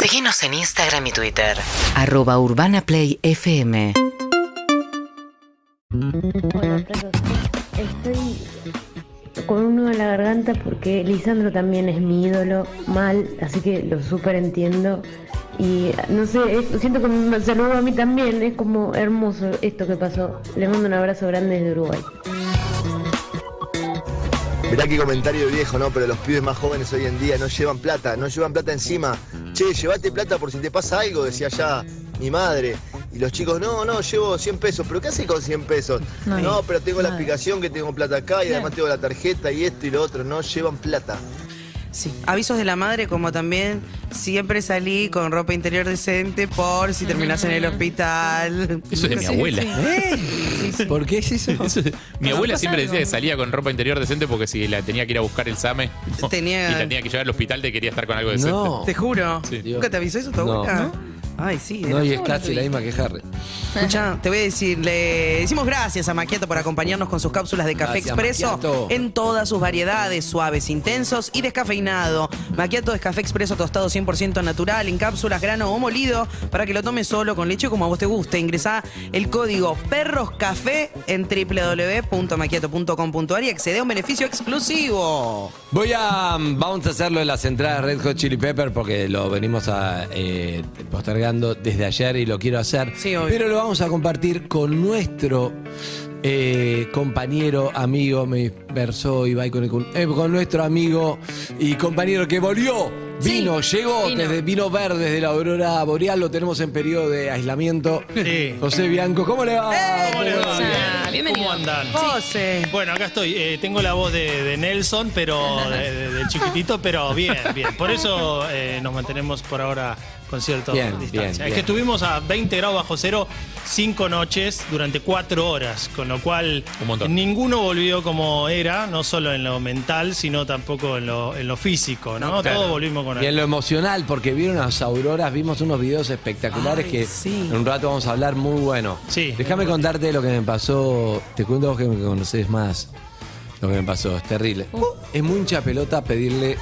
Seguinos en Instagram y Twitter. @urbanaplayfm. Hola, flacos. Estoy con un nudo en la garganta porque Lisandro también es mi ídolo mal, así que lo súper entiendo. Y no sé, siento que me saludó a mí también, es como hermoso esto que pasó. Le mando un abrazo grande desde Uruguay. Mirá qué comentario viejo, ¿no? Pero los pibes más jóvenes hoy en día no llevan plata encima. Che, llévate plata por si te pasa algo, decía ya mi madre. Y los chicos, no, llevo 100 pesos. ¿Pero qué haces con 100 pesos? No, pero tengo la aplicación que tengo plata acá y además tengo la tarjeta y esto y lo otro. No llevan plata. Sí, avisos de la madre, como también siempre salí con ropa interior decente por si terminás en el hospital. Eso es de mi abuela. Sí. ¿Por qué es eso? Mi abuela siempre decía que salía con ropa interior decente porque si la tenía que ir a buscar el SAME y la tenía que llevar al hospital, te quería estar con algo decente. No. Te juro. Sí. ¿Nunca te avisó eso tu abuela? No. Ay, sí. No, y es casi la misma que Harry. Escucha, te voy a decir, le decimos gracias a Macchiato por acompañarnos con sus cápsulas de café Gracias, expreso Macchiato. en todas sus variedades, suaves, intensos y descafeinado. Macchiato es café expreso tostado 100% natural, en cápsulas, grano o molido, para que lo tomes solo con leche como a vos te guste. Ingresá el código PERROSCAFÉ en www.macchiato.com.ar y accede a un beneficio exclusivo. Vamos a hacerlo en las entradas Red Hot Chili Pepper porque lo venimos postergando desde ayer y lo quiero hacer. Sí, obvio. Pero lo vamos a compartir con nuestro compañero, amigo, me dispersó Ibai con nuestro amigo y compañero que volvió. Vino verde desde la aurora boreal, lo tenemos en periodo de aislamiento. Sí. José Bianco, ¿cómo le va? ¿Cómo le va? Bienvenido. ¿Cómo andan? José. Bueno, acá estoy. Tengo la voz de Nelson, pero de chiquitito, pero bien. Por eso nos mantenemos por ahora con cierta distancia. Es que estuvimos a 20 grados bajo cero 5 noches durante 4 horas, con lo cual Un montón. ninguno volvió como era, no solo en lo mental, sino tampoco en lo físico, ¿no? Claro. Todos volvimos con Y en lo emocional, porque vieron las auroras, vimos unos videos espectaculares Ay, que sí. en un rato vamos a hablar muy bueno. Sí. Déjame contarte lo que me pasó, te cuento vos que me conocés más lo que me pasó, es terrible. Es muy hincha pelota pedirle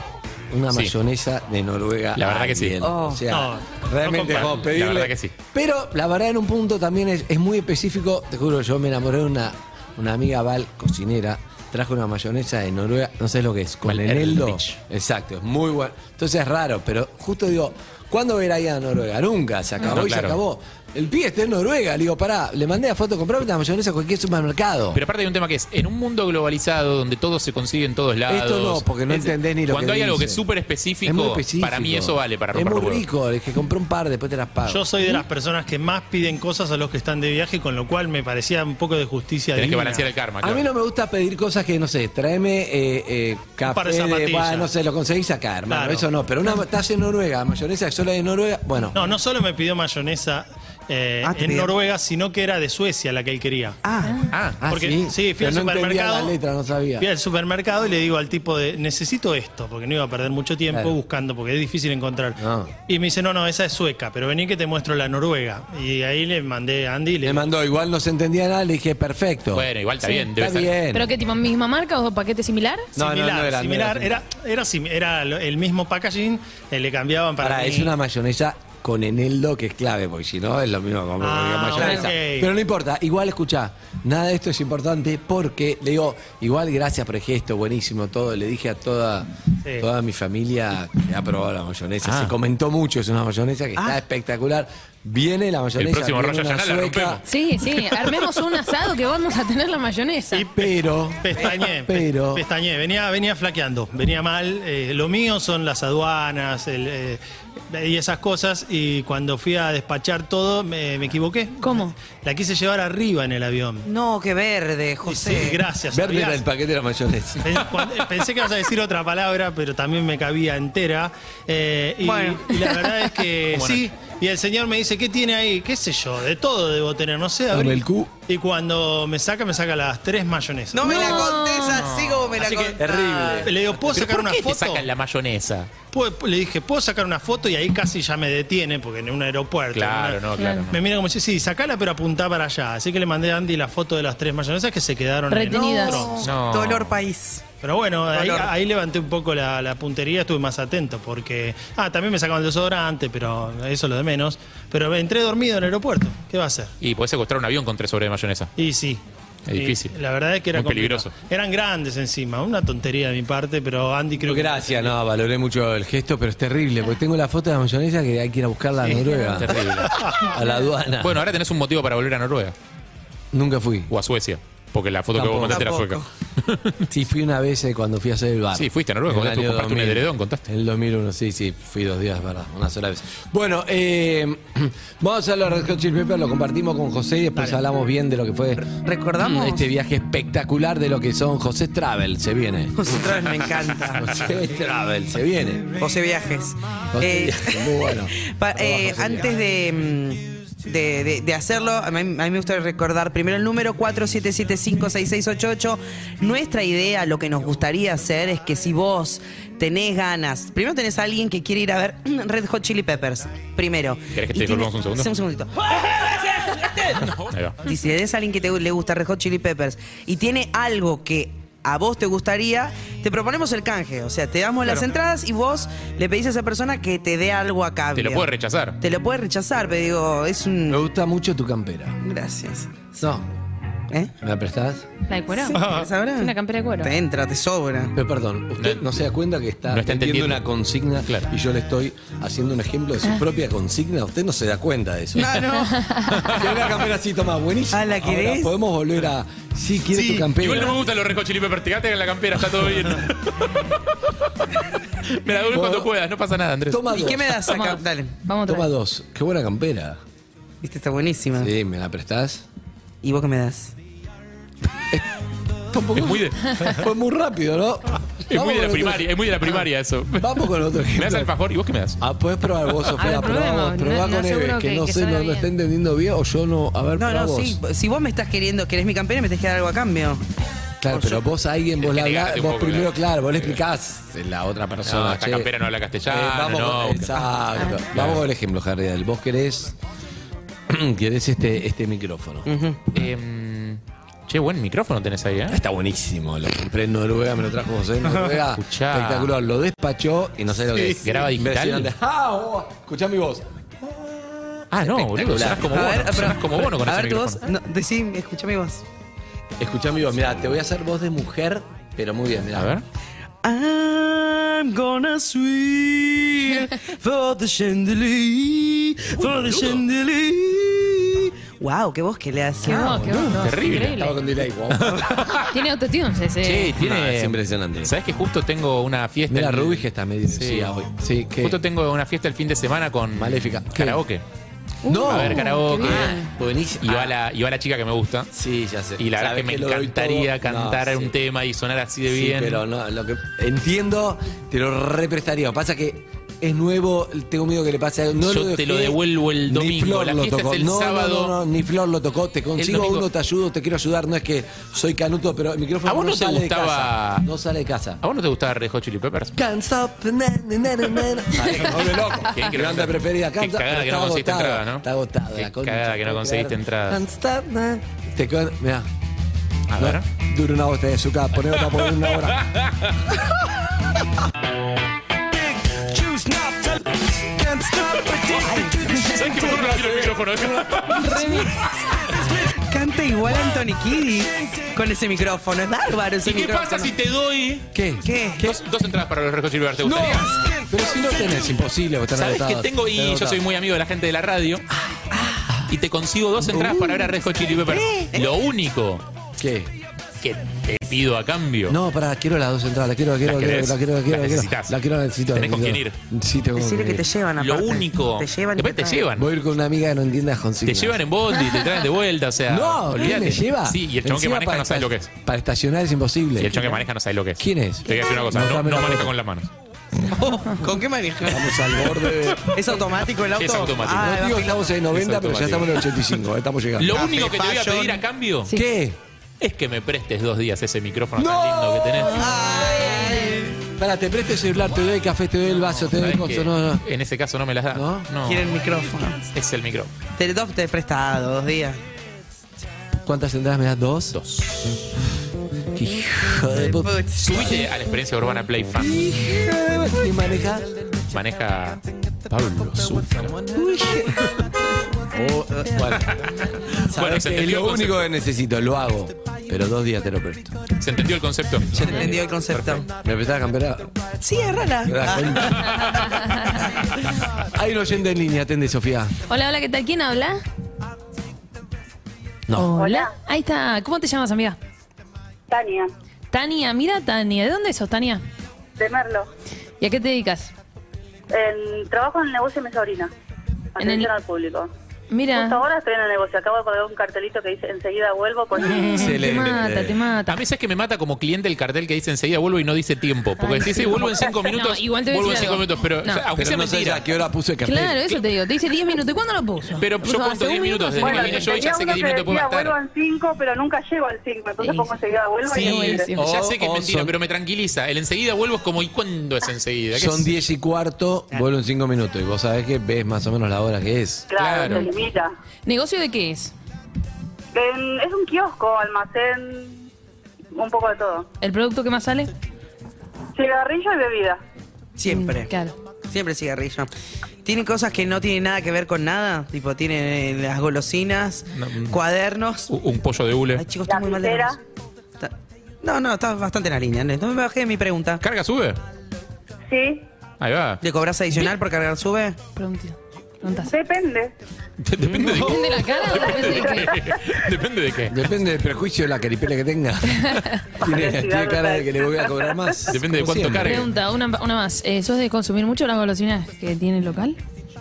una Sí. mayonesa de Noruega. La verdad a que sí. alguien. Oh. O sea, No, realmente no como comparto. pedirle. La verdad que sí. Pero la verdad en un punto también es muy específico. Te juro, yo me enamoré de una amiga Val, cocinera. Trajo una mayonesa de Noruega, no sé lo que es, con Con eneldo. Elrich. Exacto, es muy bueno. Entonces es raro, pero justo digo, ¿cuándo voy a ir a Noruega? Nunca, se acabó No, y se claro. acabó. El pibe está en Noruega, le digo, pará, le mandé la foto, comprame una mayonesa a cualquier supermercado. Pero aparte hay un tema que es, en un mundo globalizado donde todo se consigue en todos lados. Esto no, porque no entendés ni lo Cuando que hay algo que dice. es súper Es específico, muy específico. para mí eso vale para Es romper muy los huevos. rico, es que compré un par, después te las pago. Yo soy de las personas que más piden cosas a los que están de viaje, con lo cual me parecía un poco de justicia Tenés que divina. balancear el karma, A claro. mí no me gusta pedir cosas que, no sé, tráeme par café de zapatillas. bueno, no sé, lo conseguís acá, hermano, Claro. eso no. Pero una estás en Noruega, mayonesa solo de Noruega, bueno. No solo me pidió mayonesa te en pidió. Noruega, sino que era de Suecia la que él quería. Ah, Porque, sí, fui pero al no entendía supermercado. la letra, no sabía. Fui al supermercado y le digo al tipo necesito esto, porque no iba a perder mucho tiempo Claro. buscando, porque es difícil encontrar. No. Y me dice, no, esa es sueca, pero vení que te muestro la Noruega. Y ahí le mandé a Andy y le Me mandó, igual no se entendía nada, le dije, perfecto. bueno, igual está bien. Debe Está ser. bien. ¿Pero qué tipo, misma marca o paquete similar? No, similar, era, similar. no era Era el mismo packaging, le cambiaban para Pará, mí. es una mayonesa con eneldo que es clave, porque si no es lo mismo como mayonesa. ok. Pero no importa, igual escuchá, nada de esto es importante porque le digo, igual gracias por el gesto, buenísimo todo. Le dije a toda mi familia que ha probado la mayonesa. Ah. Se comentó mucho, es una mayonesa que está espectacular. Viene la mayonesa. El próximo viene Rosh una Hashanah la sueca, rompemos. Sí, armemos un asado que vamos a tener la mayonesa. Pero Pestañé, venía flaqueando, venía mal. Lo mío son las aduanas y esas cosas. Y cuando fui a despachar todo, me equivoqué. ¿Cómo? La quise llevar arriba en el avión. No, qué verde, José. Sí, gracias. verde ¿sabías? era el paquete de la mayonesa. Pensé que ibas a decir otra palabra, pero también me cabía entera. Bueno. Y la verdad es que ¿Cómo no? sí. Y el señor me dice, ¿qué tiene ahí? ¿Qué sé yo? De todo debo tener, no sé. Dame abrí. el Q. Y cuando me saca las 3 mayonesas. No me la contés así como me la Así que, contés. terrible. Le digo, ¿puedo ¿Pero sacar por una qué foto? te sacan la mayonesa? Le dije, ¿puedo sacar una foto? Y ahí casi ya me detiene, porque en un aeropuerto. Claro, no, claro. Me mira como dice, sí, sacala, pero apuntá para allá. Así que le mandé a Andy la foto de las 3 mayonesas que se quedaron Retenidas. en otro. No. Dolor país. Pero bueno, ahí levanté un poco la puntería, estuve más atento porque... también me sacaban el desodorante, pero eso es lo de menos. Pero entré dormido en el aeropuerto. ¿Qué va a hacer? Y podés secuestrar un avión con 3 sobres de mayonesa. Y sí. Es difícil. La verdad es que era muy peligroso. Eran grandes encima, una tontería de mi parte, pero Andy creo que... Gracias, no, valoré mucho el gesto, pero es terrible, porque tengo la foto de la mayonesa que hay que ir a buscarla a Noruega. Terrible. A la aduana. Bueno, ahora tenés un motivo para volver a Noruega. Nunca fui. O a Suecia. Porque la foto que vos mandaste era sueca. Sí, fui una vez cuando fui a hacer el bar. Sí, fuiste a Noruega, compraste un edredón, contaste. En el 2001, sí, fui 2 días, verdad, una sola vez. Bueno, vamos a hacer los Red Hot Chili Peppers, lo compartimos con José y después hablamos bien de lo que fue. ¿Recordamos? Este viaje espectacular de lo que son José Travel, se viene. José Travel me encanta. José Travel, se viene. José Viajes. Muy bueno. Antes de hacerlo, a mí me gusta recordar primero el número 47756688. Nuestra idea, lo que nos gustaría hacer es que si vos tenés ganas, primero tenés a alguien que quiere ir a ver Red Hot Chili Peppers, primero. ¿Querés que te disculpemos un segundo? Sí, un segundito. Y si tenés a alguien que le gusta Red Hot Chili Peppers y tiene algo que a vos te gustaría, te proponemos el canje. O sea, te damos las entradas y vos le pedís a esa persona que te dé algo a cambio. Te lo puede rechazar. Te lo puede rechazar, pero digo, es un... Me gusta mucho tu campera. Gracias. No. ¿Me la prestás? ¿La de cuero? Sí, ¿sabrá? Es una campera de cuero. Te entra, te sobra. Pero perdón, usted no se da cuenta que está entendiendo una consigna y yo le estoy haciendo un ejemplo de su propia consigna. Usted no se da cuenta de eso. No. Quiero una campera así, toma, buenísima. ¿La querés? Ahora podemos volver a... Sí, quiere tu campera. Igual no me gustan los Red Hot Chili Peppers. Te quedaste en la campera, está todo bien. Me la doy cuando puedas, no pasa nada, Andrés. Toma ¿Y dos. qué me das acá? Dale. Vamos Toma 2. Qué buena campera. Viste, está buenísima. Sí, ¿me la prestás? ¿Y vos qué me das? Es muy de, Fue muy rápido, ¿no? es muy de la primaria, es muy de la primaria eso. Vamos con otro ejemplo. Me das el alfajor y vos qué me das. Podés probar vos, Sofía. probemos. Probá No con Eve, seguro que que no sé, salga no lo bien. está entendiendo bien o yo no. A ver, probá No, vos. sí. Si vos me estás querés mi campera, me tenés que dar algo a cambio. Claro, pero vos a alguien, vos que le hablás, negate un vos poco, primero, claro. claro, vos le explicás a la otra persona. No, esta campera no habla castellano, vamos no. Exacto. Vamos con el ejemplo, Harry. Vos querés este micrófono. Che, buen micrófono tenés ahí, ¿eh? Está buenísimo, lo compré en Noruega, me lo trajo José en Noruega. Escuchá. Espectacular, lo despachó y no sé lo que es. ¿Graba digital? Impresionante. Escuchá mi voz. No, boludo, sonás como bono. Sonás como bono con a ese ver tu voz. micrófono. No, decí, escucha mi voz. Escuchá mi voz, mirá, te voy a hacer voz de mujer, pero muy bien, mirá. A ver. I'm gonna swing for the chandelier, for the chandelier. Wow, qué voz que le hace. Qué voz, Terrible. Estaba con delay. Wow. Tiene autotunes ese. Che, No, tiene... es impresionante. ¿Sabés que justo tengo una fiesta? Mira, el- Rubí que está medio Sí. hoy. Sí, que Justo tengo una fiesta el fin de semana con Maléfica. ¿Qué? karaoke. No. A ver, karaoke. qué bien. Buenísimo. Y va la chica que me gusta. Sí, ya sé. Y la verdad Sabés que me lo doy encantaría todo. cantar No, un sí. tema y sonar así de Sí, bien. pero no, lo que entiendo, te lo represtaría. Pasa que es nuevo, tengo miedo que le pase algo. No Yo lo te dejé, lo devuelvo el ni domingo. Flor La lo fiesta tocó. es el No, sábado. No, ni Flor lo tocó. Te consigo domingo. uno, te ayudo, te quiero ayudar. No es que soy canuto, pero el micrófono ¿A vos no no te sale gustaba- de casa. No sale de casa. ¿A vos no te gustaba Red Hot Chili Peppers? Can't stop, na, na, na, na, na. Ay, me vuelve loco. Qué Mi banda preferida. Qué Can't stop, cagada pero que no está conseguiste agotado. entrada, ¿no? Está agotada. Qué la concha, cagada que no ¿puedo conseguiste creer? entrada. Can't stop, na. Mirá. A ver. Dura una botella de azúcar, poner otra por una hora. ¿Sabes qué mejor no quiero el micrófono? Canta igual a Anthony Kiddis con ese micrófono. Es bárbaro ese ¿Y qué micrófono. pasa si te doy ¿Qué? ¿Qué? dos entradas para los Red Hot Chili Peppers? ¿Te No, gustaría? pero si no tenés, imposible. Porque están ¿Sabes que agotados. tengo? Y yo soy muy amigo de la gente de la radio. Y te consigo 2 entradas para ver a Red Hot Chili Peppers. Lo único ¿Qué? que te pido a cambio. No, quiero las 2 entradas. La quiero. ¿Las querés? ¿Las necesitas? La quiero, necesito. ¿Tenés con necesito. quién ir? Sí, tengo Decirle con que te quién ir. llevan Lo aparte. único. Te llevan y Después te traen. llevan. Voy a ir con una amiga que no entienda Te consignas. llevan en bondi, te traen de vuelta, o sea. No, ¿quién olvídate. me lleva? Sí, y el chabón que Encima maneja para no sabe lo que es. Para estacionar es imposible. Y el chabón que maneja no sabe lo que es. ¿Quién es? Te voy a decir una cosa, No, dame no la maneja foto. con las manos. ¿Con qué maneja? Estamos al borde de... ¿Es automático el auto? Es automático. Ah, No digo que estamos en 90, pero ya estamos en el 85. Estamos llegando. Lo Café único que te voy a Fashion. pedir a cambio Sí. ¿Qué? es que me prestes 2 días ese micrófono tan lindo que tenés. Para, te presto el celular, te doy el café, te doy el vaso, te doy el ¿Sabés coso. que No. En ese caso no me las da. ¿No? Quiere el micrófono. Es el micrófono. Te he prestado 2 días. ¿Cuántas entradas me das? ¿2? 2. Hijo de puta. Subite a la experiencia Urbana Play Fan. ¿Quién maneja? Maneja Pablo Zucca. Bueno, Bueno, se es entendió lo el único concepto. que necesito, lo hago. Pero 2 días te lo presto. ¿Se entendió el concepto? Se entendió el concepto. ¿Me empezás a cambiar? Sí, agarrala. Hay un oyente en línea, atende, Sofía. Hola, hola, ¿qué tal? ¿Quién habla? No. Hola. Ahí está. ¿Cómo te llamas, amiga? Tania, Tania, mira Tania. ¿De dónde sos, Tania? de Merlo. ¿Y a qué te dedicas? Trabajo en el negocio de mi sobrina. Atención al público. Mira. Justo ahora estoy en el negocio. Acabo de poner un cartelito que dice enseguida vuelvo. Te mata, te mata. A mí es que me mata como cliente el cartel que dice enseguida vuelvo y no dice tiempo. Porque si dice vuelvo en 5 minutos, No, igual te voy a vuelvo en decir 5 algo. minutos. Pero No. o sea, aunque Pero sea no sé mentira. a qué hora puso el cartel. Claro, eso te digo. Te dice 10 minutos. ¿Cuándo lo puso? Pero yo cuento 10 minutos desde que Bueno, vine yo y ya sé que 10 minutos puedo vuelvo estar. en 5, pero nunca llego al 5. Entonces pongo enseguida vuelvo y Sí, vuelvo. ya sé que es O mentira, son- pero me tranquiliza. El enseguida vuelvo es como, ¿y cuándo es enseguida? ¿Qué Son es? 10 y cuarto, vuelvo en 5 minutos. Y vos sabés que ves más o menos la hora que es. Claro, Claro. se limita. ¿Negocio de qué es? Es un kiosco, almacén, un poco de todo. ¿El producto que más sale? Cigarrillo y bebida. Siempre. Claro. Siempre cigarrillo. ¿Tiene cosas que no tienen nada que ver con nada? Tipo, tiene las golosinas, cuadernos. Un pollo de hule. Ay, chicos, estoy muy mal de la voz. No, está bastante en la línea. No me bajé de mi pregunta. ¿Carga sube? Sí, Ahí va. ¿Le cobras adicional por cargar sube? Preguntas. depende. Depende de ¿Depende de la cara o depende de qué? Depende de qué. Depende del prejuicio de la caripela que tenga. tiene cara de que le voy a cobrar más. Depende de Como cuánto siempre. cargue. Pregunta, una más. ¿Sos de consumir mucho las golosinas que tiene el local?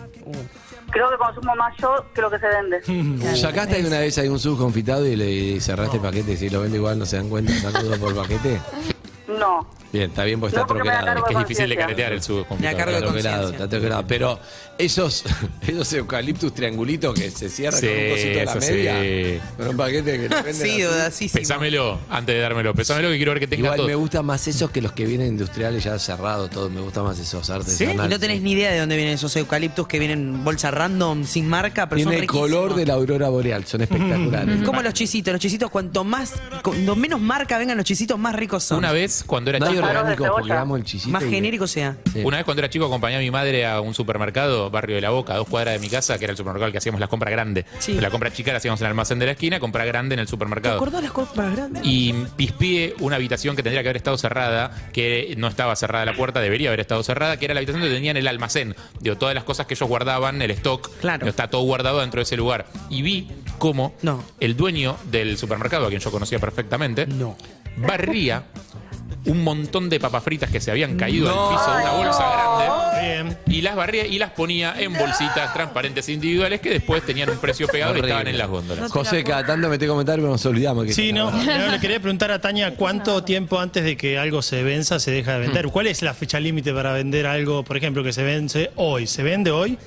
Creo que consumo más yo que lo que se vende. ¿Sacaste alguna vez algún subconfitado y le cerraste el paquete? Si lo vende igual no se dan cuenta, saludo por el paquete. No. Bien, está bien porque No, está porque me da troquelado. cargo Es que es difícil de conciencia. caretear el sub. Me da cargo de Está troquelado, conciencia. está troquelado. Pero esos eucaliptus triangulitos que se cierran Sí, con un cosito a la eso media. sí. Con un paquete que le venden Sí, así. dudasísimo. Pesámelo antes de dármelo. Pesámelo que quiero ver que tenga Igual todo. me gustan más esos que los que vienen industriales ya cerrados, todo. Me gustan más esos Y artesanales. no tenés ni idea de dónde vienen esos eucaliptus que vienen en bolsa random, sin marca, pero son Tiene el color riquísimos. de la aurora boreal, son espectaculares. Como los chisitos cuanto menos marca vengan los chisitos, más ricos son. Una vez, cuando era No hay chico, orgánicos de porque cebolla. amo el chisito. más y- genérico sea. Sí. una vez cuando era chico acompañé a mi madre a un supermercado, Barrio de la Boca, a 2 cuadras de mi casa, que era el supermercado al que hacíamos la compra grande. Sí. La compra chica la hacíamos en el almacén de la esquina, compra grande en el ¿Te supermercado. acordás las compras grandes? Y pispié una habitación que tendría que haber estado cerrada, que no estaba cerrada la puerta, debería haber estado cerrada, que era la habitación donde tenían el almacén. Digo, todas las cosas que ellos guardaban, el stock, Claro. está todo guardado dentro de ese lugar. Y vi cómo No. el dueño del supermercado, a quien yo conocía perfectamente, barría un montón de papas fritas que se habían caído al piso de una bolsa grande. Bien. Y las barría y las ponía en bolsitas transparentes individuales que después tenían un precio pegado y Horrible. estaban en las góndolas. José, cada tanto mete comentarios, pero nos olvidamos. Que Sí, no. Le quería preguntar a Tania cuánto tiempo antes de que algo se venza se deja de vender. ¿Cuál es la fecha límite para vender algo, por ejemplo, que se vence hoy? ¿Se vende hoy?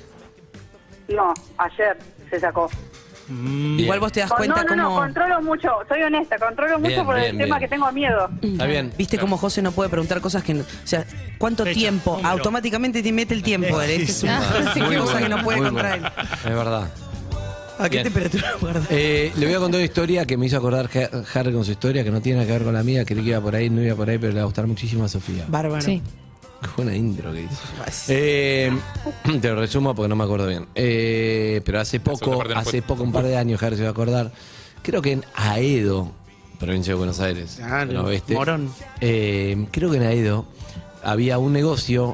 No, ayer se sacó. Igual vos te das cuenta no, cómo... controlo mucho, soy honesta, controlo mucho Bien, por bien, el tema bien. que tengo miedo. Está bien. ¿Viste cómo José no puede preguntar cosas que... O sea, ¿cuánto Fecha, tiempo? número. Automáticamente te mete el tiempo. Sí, Es sí. una Muy cosa bueno, que no puede muy contra él. bueno. Es verdad. ¿A qué Bien. temperatura guarda? Le voy a contar una historia que me hizo acordar Harry con su historia, que no tiene nada que ver con la mía. Creí que iba por ahí, no iba por ahí, pero le va a gustar muchísimo a Sofía. Bárbaro. Sí. Fue una intro que hizo. Te lo resumo porque no me acuerdo bien. Pero hace segunda poco, parte no fue. un par de años, Harry se va a acordar. Creo que en Aedo, provincia de Buenos Aires, Ah, en oeste. Morón. Creo que en Aedo había un negocio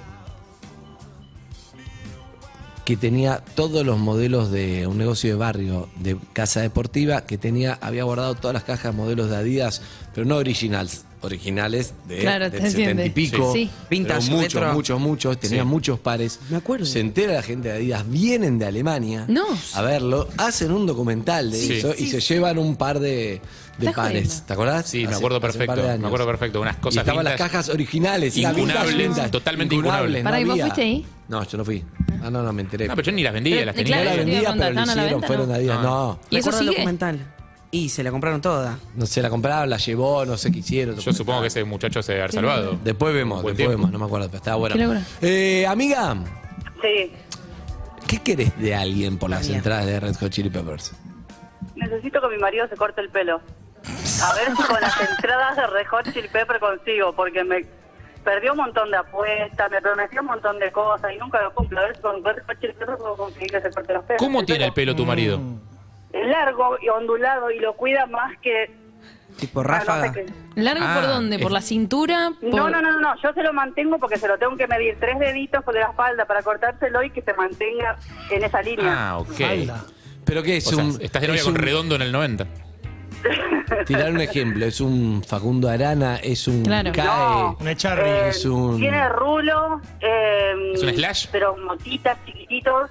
que tenía todos los modelos de un negocio de barrio, de casa deportiva, que había guardado todas las cajas modelos de Adidas, pero no originales de, Claro, del te 70 y entiende. pico. Sí. Vintage, pero retro. muchos, tenía Sí. muchos pares. Me acuerdo. Se entera la gente de Adidas, vienen de Alemania No. a verlo, hacen un documental de Sí. eso y se llevan un par de ¿Estás pares. jodiendo? ¿Te acordás? Sí, me Hace- acuerdo hace un par perfecto. de Me años. acuerdo perfecto. Unas Y cosas estaban las vintage. cajas originales. era Incunables, vintage. totalmente incunables. Pará, ¿y vos había. fuiste ahí? No, yo no fui. No, me enteré. No, pero yo ni las vendía, Pero, las claro, tenía. No la te iba a vendía, preguntar, pero lo ¿estaban a la hicieron, venta, fueron no? a Adidas. No. No, ¿Y eso Recuerdo el sigue? documental. Y se la compraron toda. no se la compraron, la llevó, no sé qué hicieron. Yo supongo que ese muchacho se debe haber salvado. Después vemos, Buen tiempo. no me acuerdo, pero estaba bueno. Qué locura. Amiga, Sí, ¿qué querés de alguien por las mía. entradas de Red Hot Chili Peppers? necesito que mi marido se corte el pelo. A ver si con las entradas de Red Hot Chili Pepper consigo, porque me perdió un montón de apuestas, me prometió un montón de cosas y nunca lo cumplo. A ver si con Red Hot Chili Pepper puedo conseguir que se corte los pelos. ¿Cómo tiene el pelo tu marido? Es largo y ondulado y lo cuida más que... Tipo ráfaga. no sé qué. ¿Largo por dónde? ¿Por la cintura? No, yo se lo mantengo porque se lo tengo que medir 3 deditos por la espalda para cortárselo y que se mantenga en esa línea. Ah, ok. ¿Pero qué es? O sea, estás de novia con Redondo en el 90. Tirar un ejemplo, ¿es un Facundo Arana? ¿Es un Claro. CAE? No. Un Echarri. Es un... Tiene rulo, ¿Es un slash? pero motitas chiquititos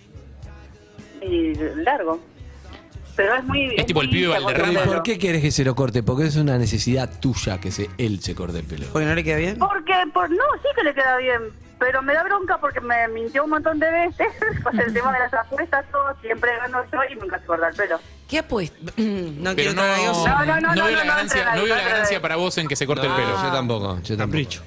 y largo. Pero es muy... Es tipo el pibe linda Valderrama. con ¿Y el por pelo. qué querés que se lo corte? Porque es una necesidad tuya que él se corte el pelo. Porque no le queda bien. Porque, no, sí que le queda bien, pero me da bronca porque me mintió un montón de veces con el tema de las apuestas, todo, siempre gano yo y nunca se corta el pelo. ¿Qué apuesta? No Pero quiero no, estar nervioso. No, veo la ganancia, no veo la entre ganancia para vos en que se corte el pelo. Yo tampoco. Capricho.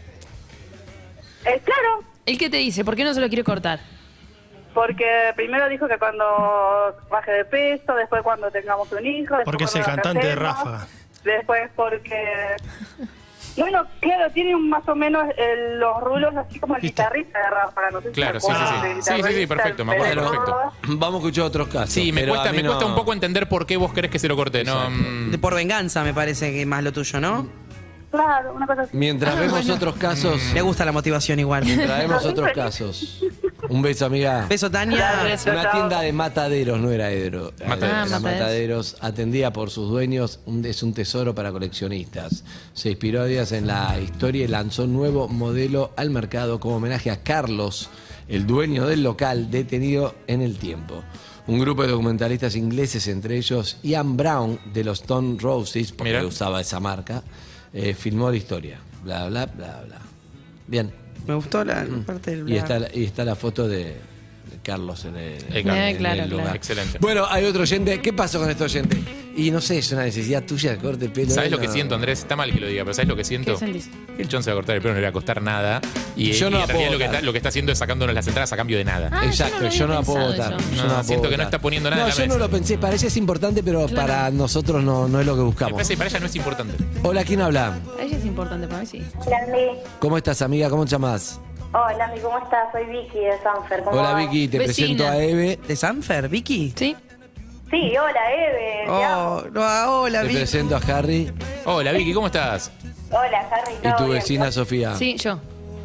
Claro, ¿El qué te dice? ¿Por qué no se lo quiere cortar? porque primero dijo que cuando baje de peso, después cuando tengamos un hijo... después Porque es el cuando cantante de nos casemos, Ráfaga. Después porque... Bueno, claro, tiene más o menos los rulos así como el guitarrista de Ráfaga, no sé si Claro, se sí, acuerdan sí, del sí. Sí, guitarrista, perfecto, me el acuerdo pelo perfecto. todo. Vamos a escuchar otros casos. Sí, me pero a cuesta, mí me cuesta no. un poco entender por qué vos querés que se lo corte. No, Por venganza me parece que más lo tuyo, ¿no? Claro, una cosa así. Mientras vemos otros casos, Me gusta la motivación igual. traemos otros casos. Un beso, amiga. Beso, Tania. Una tienda de mataderos, no era Edro. Mataderos. Era Mataderos, atendida por sus dueños, es un tesoro para coleccionistas. Se inspiró a días en la historia y lanzó un nuevo modelo al mercado como homenaje a Carlos, el dueño del local, detenido en el tiempo. Un grupo de documentalistas ingleses, entre ellos Ian Brown de los Stone Roses, porque Mira. usaba esa marca, filmó la historia. Bla, bla, bla, bla. Bien. Me gustó la parte del... Y está la foto de Carlos en el, claro, lugar. claro. Excelente. Bueno, hay otro oyente. ¿Qué pasó con este oyente? Y no sé, es una necesidad tuya de corte el pelo. ¿Sabes lo No. que siento, Andrés? Está mal que lo diga, pero ¿sabes lo que siento? ¿Qué sentís? Que el chon se va a cortar el pelo, no le va a costar nada. Y, Yo no y la en realidad puedo votar. lo que está haciendo es sacándonos las entradas a cambio de nada. Ah, Exacto, yo no la puedo pensado votar. eso. Yo No, la puedo siento que no votar. está poniendo nada No, en la yo no mesa. lo pensé. Para ella es importante, pero Claro. para nosotros no es lo que Me buscamos. parece que para ella no es importante. Hola, ¿quién habla? A ella es importante para mí, sí. Hola, Andy. ¿Cómo estás, amiga? ¿Cómo te llamas? Hola, Andy, ¿cómo estás? Soy Vicky de Sanfer. ¿Cómo Hola, vas? Vicky. Te Vecina. presento a Eve. ¿De Sanfer, Vicky? ¿Sí? Sí, hola, Eve. te amo. Oh, no, hola, Te Vicky. presento a Harry Hola, Vicky, ¿cómo estás? Hola, Harry. y ¿todo tu bien? vecina Sofía. Sí, yo.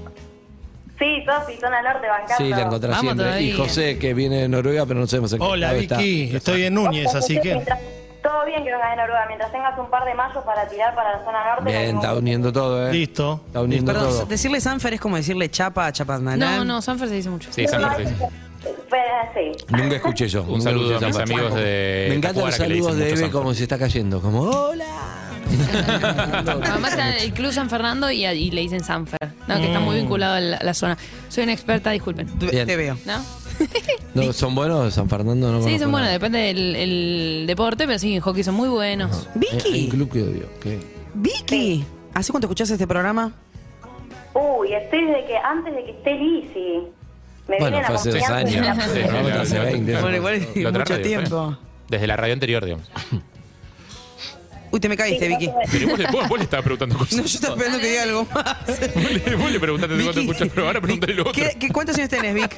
Sí, Sofi, zona norte, bancando. Sí, la encontrás Vamos siempre. todavía. Y José, que viene de Noruega, pero no sabemos en qué Hola, estado Vicky. está. Estoy en Núñez, así que. Todo bien que vengas de Noruega. Mientras tengas un par de mayos para tirar para la zona norte. Bien, está uniendo todo, ¿eh? Listo. Está uniendo Perdón, todo. decirle Sanfer es como decirle chapa a Chapadmalal. No, Sanfer se dice mucho. Sí, Sanfer, sí. Sí. Nunca escuché yo. Un Nunca saludo a escuché mis Sanfer. amigos de Me encantan los Tacuara que le saludos dicen de mucho Eve Sanfer. como se está cayendo. Como, hola. Además está el Club San Fernando y le dicen Sanfer. No, que está muy vinculado a la zona. Soy una experta, disculpen. Bien. Te veo. ¿No? No, ¿son buenos San Fernando? No Sí, conozco son buenos, nada. depende del deporte, pero sí, en hockey son muy buenos. Vicky. Un club que odio. ¿Qué? Vicky. ¿Hace cuánto escuchás este programa? Uy, estoy desde que antes de que esté Lizzy. Me Bueno, vienen fue hace 2 acompañando. años. Sí, No, la- hace la- 20. Bueno, igual La otra mucho radio, tiempo. fue. Desde la radio anterior, digamos. Uy, te me caíste, Vicky. Pero vos le estabas preguntando cosas. No, yo estaba esperando que diga algo más. Vos le preguntaste de cuánto Vicky, escuchas, pero ahora pregúntale lo otro. ¿Cuántos años tenés, Vic?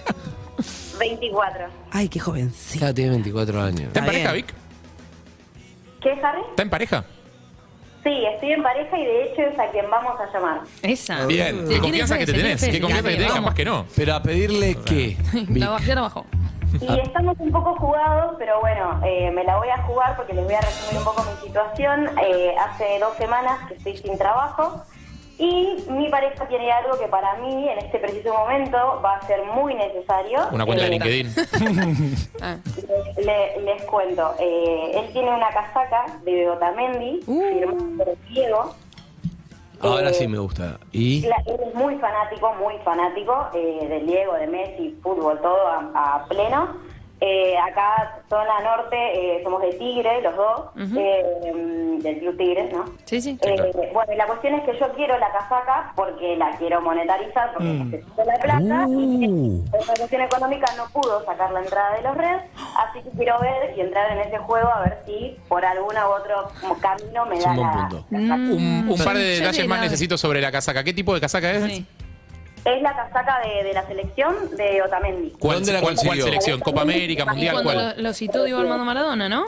24. Ay, qué jovencita. Claro, tiene 24 años. ¿Está en Está pareja, bien. Vic? ¿Qué, Harry? ¿Está en pareja? Sí, estoy en pareja y de hecho es a quien vamos a llamar. Esa. Bien. Sí, Qué confianza que te tenés. Qué confianza que tenés, capaz que no. Pero a pedirle qué. Vic. Ya trabajó. Y estamos un poco jugados, pero bueno, me la voy a jugar porque les voy a resumir un poco mi situación. Hace 2 semanas que estoy sin trabajo y mi pareja tiene algo que para mí en este preciso momento va a ser muy necesario. Una cuenta de LinkedIn. Ah. Les cuento, él tiene una casaca de Begotamendi, firmada por Diego. Ahora sí me gusta. ¿Y? Él es muy fanático del Diego, de Messi, fútbol, todo a pleno. Acá, zona norte, somos de Tigre, los dos, del Club Tigres, ¿no? Sí, sí. Bueno, y la cuestión es que yo quiero la casaca porque la quiero monetarizar, porque necesito la plata, y por cuestión económica no pudo sacar la entrada de los Reds, así que quiero ver y entrar en ese juego a ver si por alguna u otro camino me da un buen la punto. Un par de detalles más nada. necesito sobre la casaca. ¿Qué tipo de casaca es? Sí. Es la casaca de la selección de Otamendi. ¿Dónde la ¿Cuál consiguió? selección? ¿Copa América, Y Mundial? cuando ¿Cuál? lo citó Diego Armando Maradona, ¿no?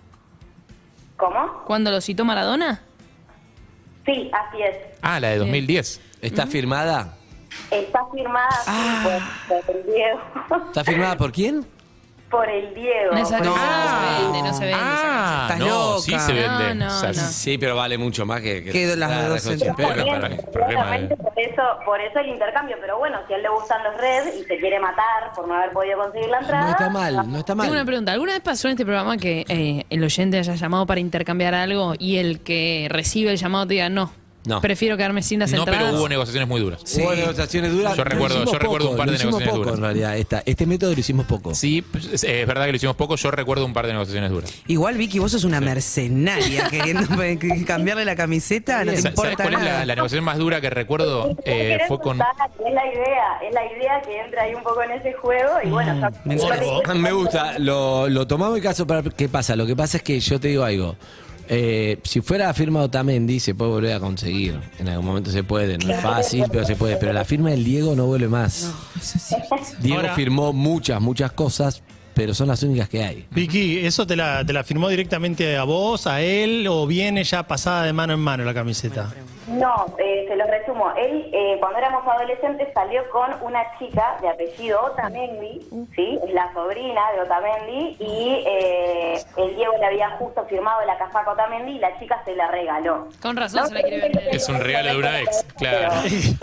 ¿Cómo? ¿Cuando lo citó Maradona? Sí, así es. Ah, la de 2010. ¿Está firmada? Está firmada por el Diego. ¿Está firmada por quién? Por el Diego. No, esa no se vende, no se vende. Ah, Estás no, loca. sí se vende. No, O sea, no. Sí, pero vale mucho más que Que las la dos Red Hot en- Chili Peppers. Pero, el problema Seguramente por eso el intercambio, pero bueno, si a él le gustan los Reds y se quiere matar por no haber podido conseguir la entrada. No está mal, no está Tengo una mal. pregunta. ¿Alguna vez pasó en este programa que el oyente haya llamado para intercambiar algo y el que recibe el llamado te diga no? No. Prefiero quedarme sin las no, entradas. pero hubo negociaciones muy duras. Hubo negociaciones duras. Yo recuerdo- Lo hicimos yo recuerdo un par de lo hicimos negociaciones poco, duras. en realidad. Este método lo hicimos poco. Sí, pues, es verdad que lo hicimos poco. Yo recuerdo un par de negociaciones duras. Igual, Vicky, vos sos una mercenaria queriendo cambiarle la camiseta, no te ¿Sabes importa cuál es nada. la negociación más dura que recuerdo? Fue con... Es la idea que entra ahí un poco en ese juego y bueno, Me gusta, lo tomamos en caso para qué pasa. Lo que pasa es que yo te digo algo. Si fuera la firma de Otamendi se puede volver a conseguir. En algún momento se puede, no es fácil, pero se puede. Pero la firma del Diego no vuelve más. Diego Ahora- firmó muchas cosas, pero son las únicas que hay. Vicky, ¿eso te la firmó directamente a vos, a él, o viene ya pasada de mano en mano la camiseta? No, se los resumo. Él, cuando éramos adolescentes, salió con una chica de apellido Otamendi, ¿sí? Es la sobrina de Otamendi, y el Diego le había justo firmado la casaca a Otamendi y la chica se la regaló. Con razón se la quiere vender. Es un regalo de una ex, claro.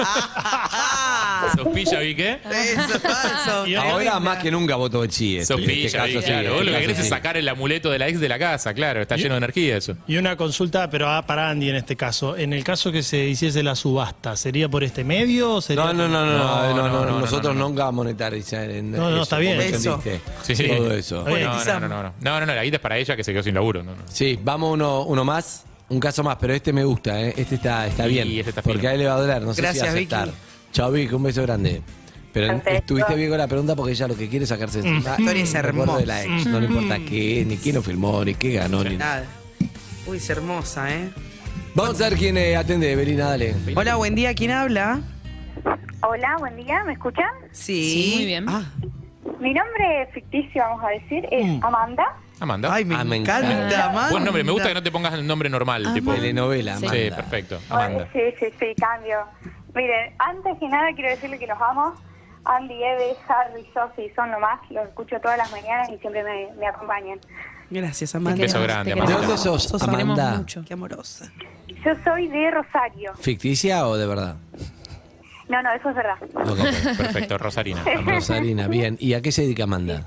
¿Sos pilla, Vicky? Eso, falso. Y Ahora más que nunca votó Chi. Sos pilla, Vicky, claro. Vos lo que querés es sacar el amuleto de la ex de la casa, claro. Está lleno de energía eso. Y una consulta, pero para Andy en este caso. En el caso que se hiciese la subasta, ¿sería por este medio o sería No, nosotros nunca monetarizar en No, está bien. Eso. Sí. Todo eso. No, la guita es para ella que se quedó sin laburo. No. Sí, vamos uno más. Un caso más, pero este me gusta, ¿eh? Este está Y bien. este está porque fino. a él le va a doler, no sé Gracias, si va a aceptar. Vicky. Chao, Vicky, un beso grande. Pero Perfecto. estuviste bien con la pregunta porque ella lo que quiere es sacarse encima. La historia es el recuerdo de la hermosa. ex. No le importa qué, ni quién lo filmó, ni qué ganó, ni nada. Nada. Uy, es hermosa, ¿eh? Vamos a ver quién atende, Belina, dale. Hola, buen día, ¿quién habla? Hola, buen día, ¿me escuchan? Sí. Sí, muy bien. Ah, Mi nombre ficticio, vamos a decir, es Amanda. Amanda. ay, me me encanta, encanta. Amanda. Buen nombre, me gusta que no te pongas el nombre normal, tipo. Telenovela, Sí. Amanda. Sí, perfecto. Amanda. Sí, cambio. Miren, antes que nada quiero decirle que los amo. Andy, Eve, Harry, Sophie son lo más. Los escucho todas las mañanas y siempre me acompañan. Gracias, Te Amanda. Beso queremos, grande, te ¿De Amanda. queremos. dónde sos, Sos Queremos Amanda? mucho. Qué amorosa. Yo soy de Rosario. ¿Ficticia o de verdad? No, eso es verdad. Ok. Perfecto, Rosarina. Rosarina, bien. ¿Y a qué se dedica Amanda?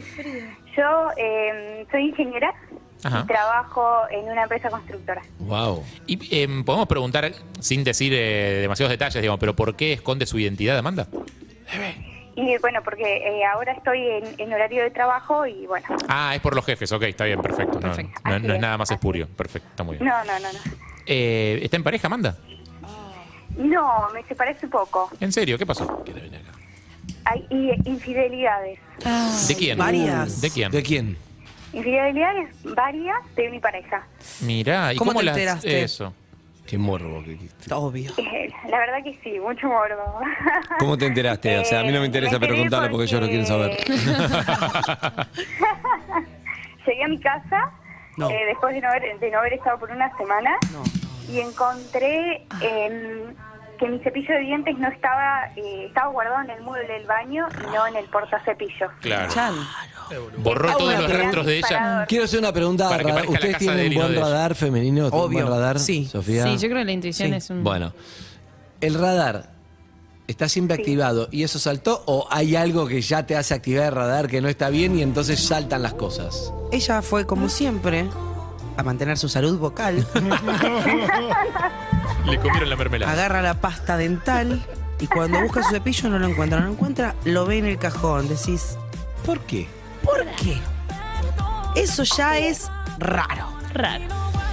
Yo soy ingeniera Ajá. y trabajo en una empresa constructora. Wow. Y podemos preguntar, sin decir demasiados detalles, digamos, pero ¿por qué esconde su identidad, Amanda? Y bueno, porque ahora estoy en horario de trabajo y bueno. Ah, es por los jefes, ok, está bien, perfecto. No, Perfecto. no es nada más espurio, perfecto, está muy bien. No. ¿Está en pareja, Amanda? No, me separé hace poco. ¿En serio? ¿Qué pasó? Hay infidelidades. ¿De quién? Varias. ¿De quién? ¿De quién? Infidelidades varias de mi pareja. Mirá, ¿y ¿Cómo cómo, te las enteraste? Eso. Qué morbo que dijiste. Obvio. La verdad que sí, mucho morbo. ¿Cómo te enteraste? O sea, a mí no me interesa, pero enteré contalo porque yo lo quiero saber. Llegué a mi casa No. después de no haber estado por una semana y encontré que mi cepillo de dientes no estaba guardado en el mueble del baño y no en el portacepillos. Claro. Chan. Borró todos los rastros de ella. Quiero hacer una pregunta. Para que parezca la ¿Ustedes casa tienen de un Lino buen de ella. radar femenino? ¿Tienen un Obvio, buen radar, sí. Sofía? Sí, yo creo que la intuición Sí. es un... Bueno, ¿el radar está siempre activado y eso saltó o hay algo que ya te hace activar el radar que no está bien y entonces saltan las cosas? Ella fue, como siempre, a mantener su salud vocal. Le comieron la mermelada. Agarra la pasta dental y cuando busca su cepillo no lo encuentra. No lo encuentra, lo ve en el cajón. Decís, ¿Por qué? ¿Por qué? Eso ya es raro. Raro.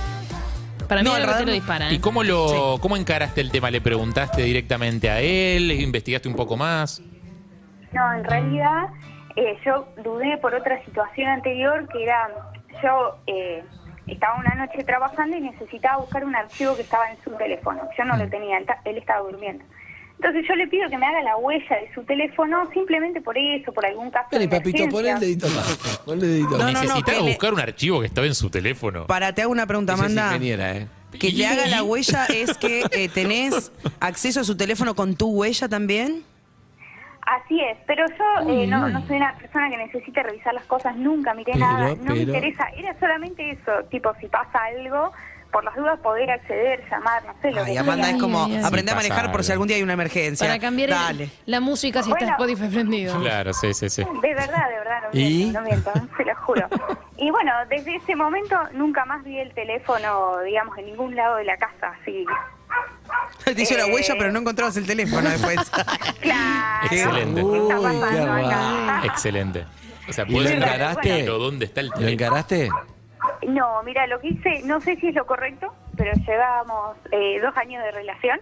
Para mí No, algo raro te lo no. disparan. ¿Y cómo cómo encaraste el tema? ¿Le preguntaste directamente a él? ¿Investigaste un poco más? No, en realidad yo dudé por otra situación anterior, que era, yo estaba una noche trabajando y necesitaba buscar un archivo que estaba en su teléfono. Yo no lo tenía, él estaba durmiendo. Entonces yo le pido que me haga la huella de su teléfono simplemente por eso, por algún caso de Vení, papito, emergencia. pon el dedito acá. Pon el dedito acá. Necesitaba buscar un archivo que estaba en su teléfono. Te hago una pregunta, Ella es Amanda. ingeniera, Que le haga la huella es que tenés acceso a su teléfono con tu huella también. Así es, pero yo no soy una persona que necesite revisar las cosas nunca, miré nada, no me interesa, era solamente eso, tipo si pasa algo, por las dudas poder acceder, llamar, no sé, lo que Amanda, sea. es como Ay, aprender a pasa manejar por si algo. algún día hay una emergencia. Para cambiar Dale. la música si está Bueno. Spotify prendido. Claro, sí. De verdad, no ¿Y? miento, no miento, se lo juro. Y bueno, desde ese momento nunca más vi el teléfono, digamos, en ningún lado de la casa, así. Te hizo la huella, pero no encontrabas el teléfono después. Claro. Excelente. ¿Qué está Uy, pasando qué acá? raro. Excelente. O sea, ¿Y puedes lo entrar, encaraste? pero ¿dónde está el ¿Lo teléfono? encaraste? No, mira, lo que hice, no sé si es lo correcto, pero llevábamos 2 años de relación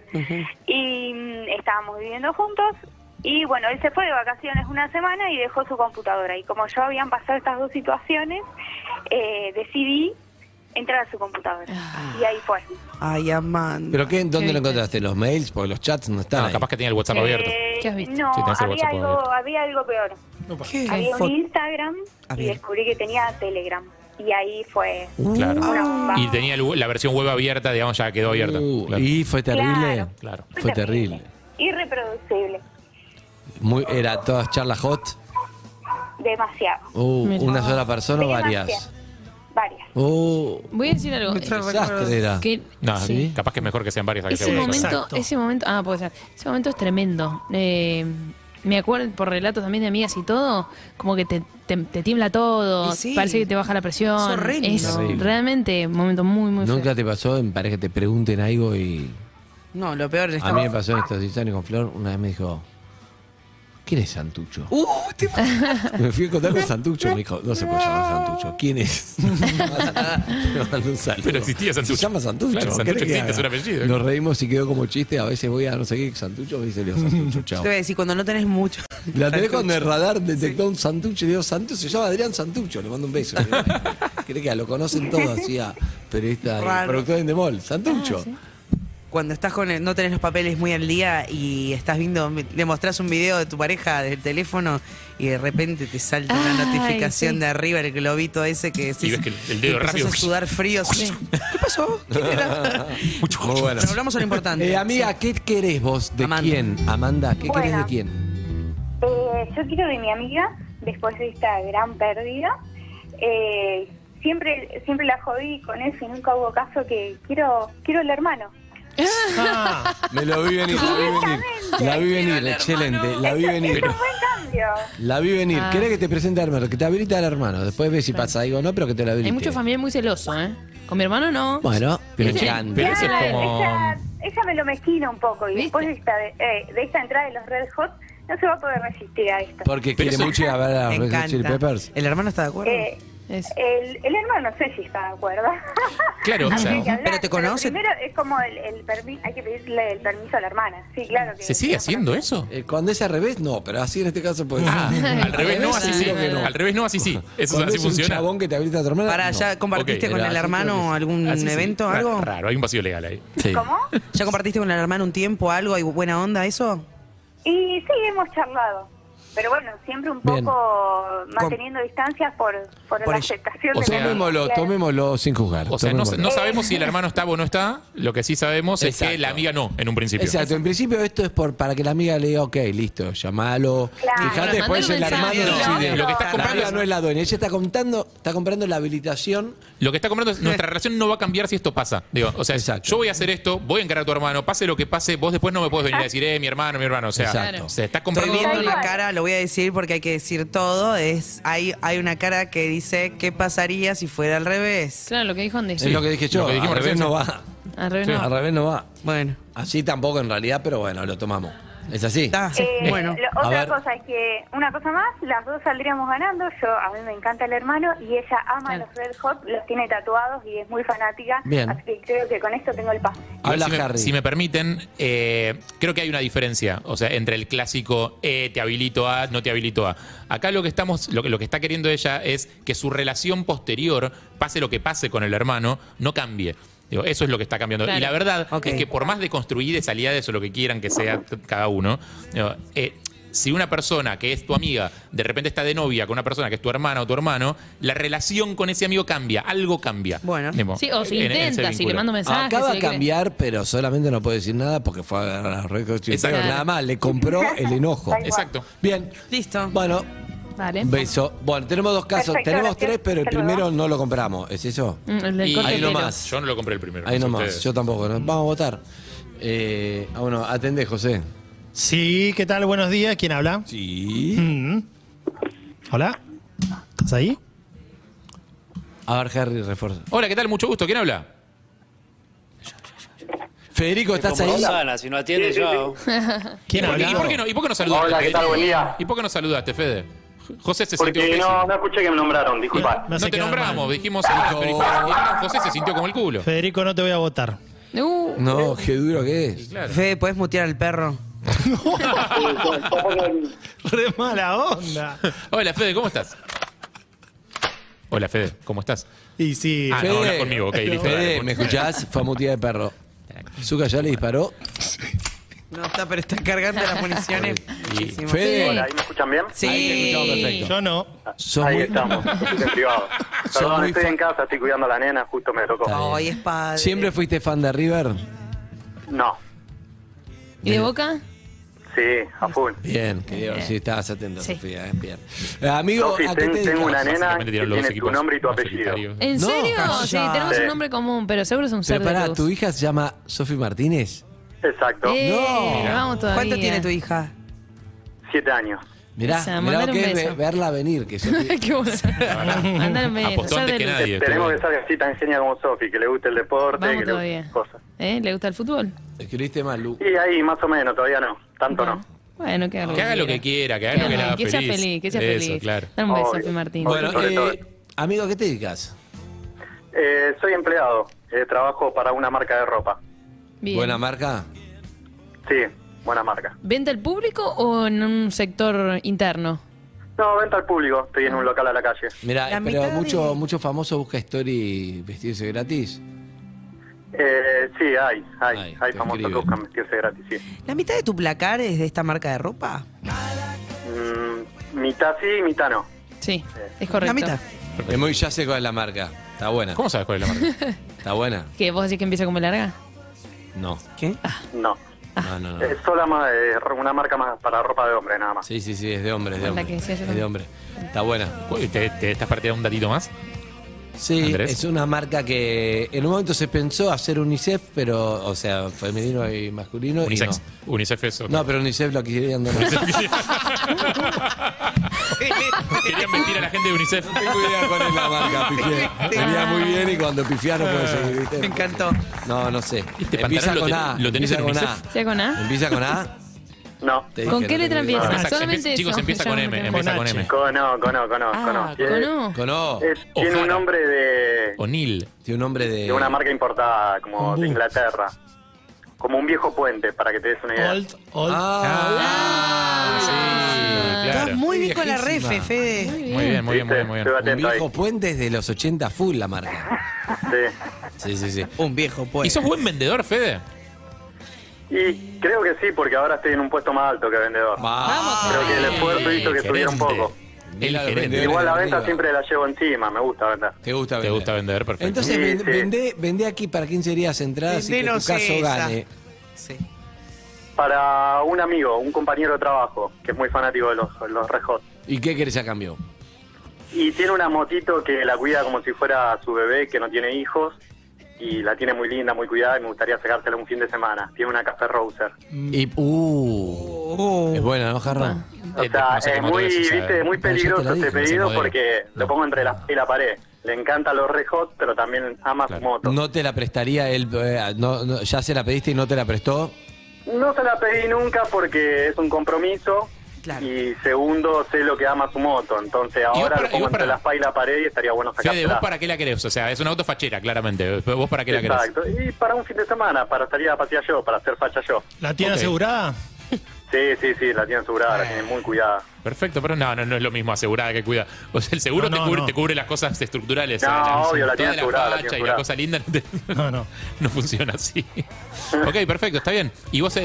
y estábamos viviendo juntos y bueno, él se fue de vacaciones una semana y dejó su computadora y como yo habían pasado estas dos situaciones, decidí entrar a su computadora y ahí fue. Ay, Amanda. ¿Pero qué? ¿Dónde ¿Qué lo viste? encontraste? ¿Los mails? Porque los chats no están No, ahí. capaz que tenía el WhatsApp abierto. ¿Qué has visto? No, Sí, tenés el WhatsApp abierto. había algo peor. ¿Qué? Había un Instagram y Abierto. descubrí que tenía Telegram y ahí fue Claro. una bomba. Y tenía la versión web abierta, digamos, ya quedó abierta. Claro. ¿Y fue terrible? Claro. Claro. Fue terrible. Irreproducible, ¿Era todas charlas hot? demasiado. Mira. ¿Una sola persona o varias? Demasiado. Varias. Voy a decir algo. Qué desastre era. Que No, sí. capaz que es mejor que sean varias. a que Ese sea una momento, sola. puede ser. Ese momento es tremendo. Me acuerdo por relatos también de amigas y todo, como que te tiembla todo, Y sí. parece que te baja la presión. Es horrendo. Es Horrible. realmente un momento muy, muy ¿Nunca feo. te pasó en pareja que te pregunten algo y... No, lo peor es A mí me pasó en estos 10 años con Flor, una vez me dijo, ¿quién es Santucho? Me fui a contar con Santucho, me dijo, no se puede llamar Santucho. ¿Quién es? Me mandó un saludo. Pero existía Santucho. Se llama Santucho. Claro, ¿qué Santucho querés que existe, es un haga? apellido. Nos reímos y quedó como chiste. A veces voy a no sé qué, Santucho, me dice Leo Santucho, chao. Te voy a decir, cuando no tenés mucho. La tenés cuando el radar detectó un Santucho y digo, Santucho se llama Adrián Santucho, le mando un beso. Cree que lo conocen todos, así a periodista y Raro. productor de Endemol. Santucho. Cuando estás no tenés los papeles muy al día y estás viendo, le mostrás un video de tu pareja del teléfono y de repente te salta una Ay, notificación sí. de arriba, el globito ese que Y ves que el dedo empezás rápido. a sudar frío. ¿Qué pasó? ¿Quién era? Muy bueno. Pero hablamos a lo importante. Amiga, ¿qué querés vos de Amanda. quién? Amanda, ¿qué querés Bueno. de quién? Yo quiero de mi amiga, después de esta gran pérdida. Siempre la jodí con eso y nunca hubo caso que quiero el hermano. Me lo vi venir, la vi venir. La vi venir, excelente. La vi venir. Es un buen cambio. La vi venir. ¿Querés que te presente al hermano? Que te habilite al hermano. Después ves si pasa algo o no, pero que te la habilite. Hay mucho familiar muy celoso, ¿eh? Con mi hermano no. Bueno, me Sí. encanta. Pero eso es Claro, como... Ella me lo mezquina un poco y ¿Viste? después de esta entrada de los Red Hot no se va a poder resistir a esto. Porque Pero quiere eso- mucho ir a ver a Me los Red Hot encanta. Chili Peppers. ¿El hermano está de acuerdo? Eso. El hermano no sé si está de acuerdo. Claro, o sea, Hay que hablar, ¿Pero te conoce? Primero es como el permiso, hay que pedirle el permiso a la hermana. Sí, claro que ¿se sigue haciendo eso? Cuando es al revés, no, pero así en este caso puede ser. Al revés no, así sí. seguro que no. Al revés no, así sí. Eso Cuando así es un funciona. chabón que te habilita a tu hermana. Para, no. ¿ya compartiste Ok, con era el así, hermano creo que sí. algún Así sí. evento, Raro, algo? Raro, hay un vacío legal ahí. Sí. ¿Cómo? ¿Ya compartiste con el hermano un tiempo, algo? ¿Hay buena onda eso? Y sí, hemos charlado. Pero bueno, siempre un Bien. poco manteniendo distancias por la ella. aceptación O de sea, Tomémoslo sin juzgar. O sea, no tomémoslo. sabemos si el hermano estaba o no está. Lo que sí sabemos es que Exacto. la amiga no, en un principio. Exacto, en principio esto es para que la amiga le diga, ok, listo, llamalo. Claro. Fíjate, Bueno, después el mandale un hermano mensaje. decide. Lo que estás La comprando amiga es- no es la dueña, ella está comprando la habilitación. Lo que está comprando es nuestra relación no va a cambiar si esto pasa. Digo, o sea, Exacto. yo voy a hacer esto, voy a encarar a tu hermano, pase lo que pase, vos después no me puedes venir a decir, mi hermano, mi hermano. O sea, Exacto. se está Estoy comprando. viendo Tal una cual. cara, lo voy a decir porque hay que decir todo. Hay una cara que dice, ¿qué pasaría si fuera al revés? Claro, lo que dijo Andy. Es lo que dije yo, Lo que dijimos al revés recién, no sí. va. Al revés Sí, no. Al revés no va. Bueno. Así tampoco en realidad, pero bueno, lo tomamos. ¿Es así? Bueno. Otra cosa es que, una cosa más, las dos saldríamos ganando. A mí me encanta el hermano y ella ama los Red Hot, los tiene tatuados y es muy fanática. Bien. Así que creo que con esto tengo el pase. Si me permiten, creo que hay una diferencia, o sea, entre el clásico te habilito a, no te habilito a. Acá lo que está queriendo ella es que su relación posterior, pase lo que pase con el hermano, no cambie. Digo, eso es lo que está cambiando. Claro. Y la verdad es que por más deconstruidas aliades o lo que quieran que sea cada uno, digo, si una persona que es tu amiga de repente está de novia con una persona que es tu hermana o tu hermano, la relación con ese amigo cambia, algo cambia. Bueno, sí, o se intenta, si le mando mensajes. Acaba de cambiar, pero solamente no puede decir nada porque fue a agarrar a los Red Hot Chili Peppers. Nada más, le compró el enojo. Exacto. Bien. Listo. Bueno. Vale. Un beso. Bueno, tenemos dos casos. Perfecto, tenemos gracias. tres, pero el primero no lo compramos. ¿Es eso? El del Y corte ahí de pelo. nomás. yo no lo compré el primero. Ahí no sé nomás. ustedes. Yo tampoco. ¿no? Vamos a votar. Bueno, atendé, José. Sí, ¿qué tal? Buenos días. ¿Quién habla? Sí. Hola. ¿Estás ahí? A ver, Harry, refuerza. Hola, ¿qué tal? Mucho gusto. ¿Quién habla? Federico, ¿estás ahí? Rosana, si no atiende yo. ¿Quién habla? ¿Y por qué no saludaste? Hola, ¿qué tal? Buen día. ¿Y por qué no saludaste, Fede? José se sintió Porque pésimo. no escuché que me nombraron, disculpa. Me No hace te quedar nombramos, mal. dijimos José se sintió como el culo. Federico, no te voy a votar. No, qué duro que es. Claro. Fede, ¿podés mutear al perro? Re mala onda. Hola, Fede, ¿cómo estás? Hola, Fede, ¿cómo estás? Y sí. Ah, no, hablas conmigo, ok, listo. Fede, dale, ¿me escuchás? Fue a mutear de perro. Zucca ya le disparó. No está, pero está cargando las municiones. Muchísimo. Fede. Hola, ¿ahí me escuchan bien? Sí. Ahí te escuchamos perfecto. Yo no. Sos Ahí muy- estamos, en privado. Perdón, muy estoy fa- en casa, estoy cuidando a la nena, justo me tocó. Está bien. Ay, es padre. ¿Siempre fuiste fan de River? No, ¿Y de Boca? sí, a full. Bien, querido. Sí, estabas atento, Sí. Sofía. Bien. Amigo, Sofi, ¿a qué te tengo una dedicas? nena Básicamente que tiraron los tiene dos tu equipos nombre y tu más apellido. solitarios. ¿En No. serio? Calla. Sí, tenemos Sí. un nombre común, pero seguro es un ser Pero de pará, luz. ¿tu hija se llama Sofi Martínez? Exacto, No. Vamos todavía. ¿Cuánto tiene tu hija? 7 años. Mirá, Esa, mirá lo mandale un que es beso. verla venir. Que Sofi- Qué bueno. Mandale un beso. Apostó ser antes de que luz. nadie. Esperemos que salga así tan genia como Sofi, que le guste el deporte, Vamos que le todavía. guste cosas. ¿Le gusta el fútbol? Escribiste mal, Lu. Y ahí, más o menos, todavía no, tanto no. Bueno, que haga Que haga lo que quiera, que haga lo que le haga Que sea feliz. feliz, que sea Eso, feliz. claro. Dale un beso, Obvio. Sofi Martín. Bueno, sobre todo. amigo, ¿a qué te dedicas? Soy empleado, trabajo para una marca de ropa. Bien. ¿Buena marca? Sí, buena marca. ¿Venta al público o en un sector interno? No, venta al público, estoy en un local a la calle. Mirá, La pero mitad de- mucho famoso busca story vestirse gratis. Sí, hay te famosos que escriben. buscan vestirse gratis, sí. ¿La mitad de tu placar es de esta marca de ropa? Mitad sí, mitad no. Sí, es correcto. La mitad. Es muy, ya sé cuál es la marca. Está buena. ¿Cómo sabes cuál es la marca? ¿Está buena? ¿Qué? ¿Vos decís que empieza como larga? No. ¿Qué? No. No. Es sola más, una marca más para ropa de hombre, nada más. Sí, es de hombre, es de La hombre. que decía yo Es de hombre. Está buena. ¿Te estás partiendo un datito más? Sí, Andrés. es una marca que en un momento se pensó hacer UNICEF, pero, o sea, femenino y masculino. Unisex. Y Unicef eso. no. No, pero UNICEF lo querían donar. Querían vestir a la gente de Unicef. No tengo idea cuál es la marca, pifié. Venía muy bien y cuando pifiaron puede seguir. ¿viste? Me encantó. No sé. Este Empieza pantalón con lo A. lo tenés empieza en con UNICEF. A. ¿Sí con A? ¿Empieza con A? No. Te ¿Con dije, qué no letra tengo idea. empieza? Empieza- Solamente chicos, eso, empieza ya con no M, me- empieza con M. Con O. ¿Con O? Con O. Tiene un O'Hara. nombre de O'Neill. Tiene un nombre de. una marca importada, como de Inglaterra. Como un viejo puente, para que te des una idea. Old. Sí, Estás claro. muy bien con la Viejísima. refe, Fede. Muy bien, muy bien, muy bien, muy bien. Estoy Un atento ahí. viejo puente es de los 80 full la marca. Sí. Sí. Un viejo, pues. ¿Y sos buen vendedor, Fede? Y creo que sí, porque ahora estoy en un puesto más alto que vendedor. Vamos, Creo que el esfuerzo hizo que subiera un poco. El gerente. Igual la venta arriba. siempre la llevo encima, me gusta vender. ¿Te gusta Te vender? gusta vender, perfecto. Entonces Sí, sí. vendé aquí para 15 días entradas y que tu Vendenos caso esa. gane. Sí. Para un amigo, un compañero de trabajo, que es muy fanático de los Red Hot. ¿Y qué querés a cambio? Y tiene una motito que la cuida como si fuera su bebé, que no tiene hijos. Y la tiene muy linda, muy cuidada, y me gustaría sacársela un fin de semana. Tiene una Café Rouser. Y, es buena, ¿no, Jarra? O sea, no sé qué es moto muy, es esa, viste, muy No, ya te peligroso la dije, este ese pedido modelo. porque lo pongo entre la y la pared. Le encantan los Red Hot, pero también ama su moto. ¿No te la prestaría él? Ya se la pediste y no te la prestó. No se la pedí nunca porque es un compromiso. Claro. Y segundo, sé lo que ama su moto. Entonces ahora lo pongo entre la espada y la pared y estaría bueno Fede, sacársela. ¿vos para qué la querés? O sea, es una auto fachera, claramente. ¿Vos para qué la querés? Exacto. Y para un fin de semana, para salir a pasear yo, para hacer facha yo. ¿La tiene Ok. asegurada? Sí, la tiene asegurada, la tiene muy cuidada. Perfecto, pero no es lo mismo asegurada que cuida. O sea, el seguro te cubre las cosas estructurales. No, o sea, obvio, la tiene toda asegurada, la facha tiene y la asegurada. cosa linda no funciona así. Ok, perfecto, está bien. ¿Y vos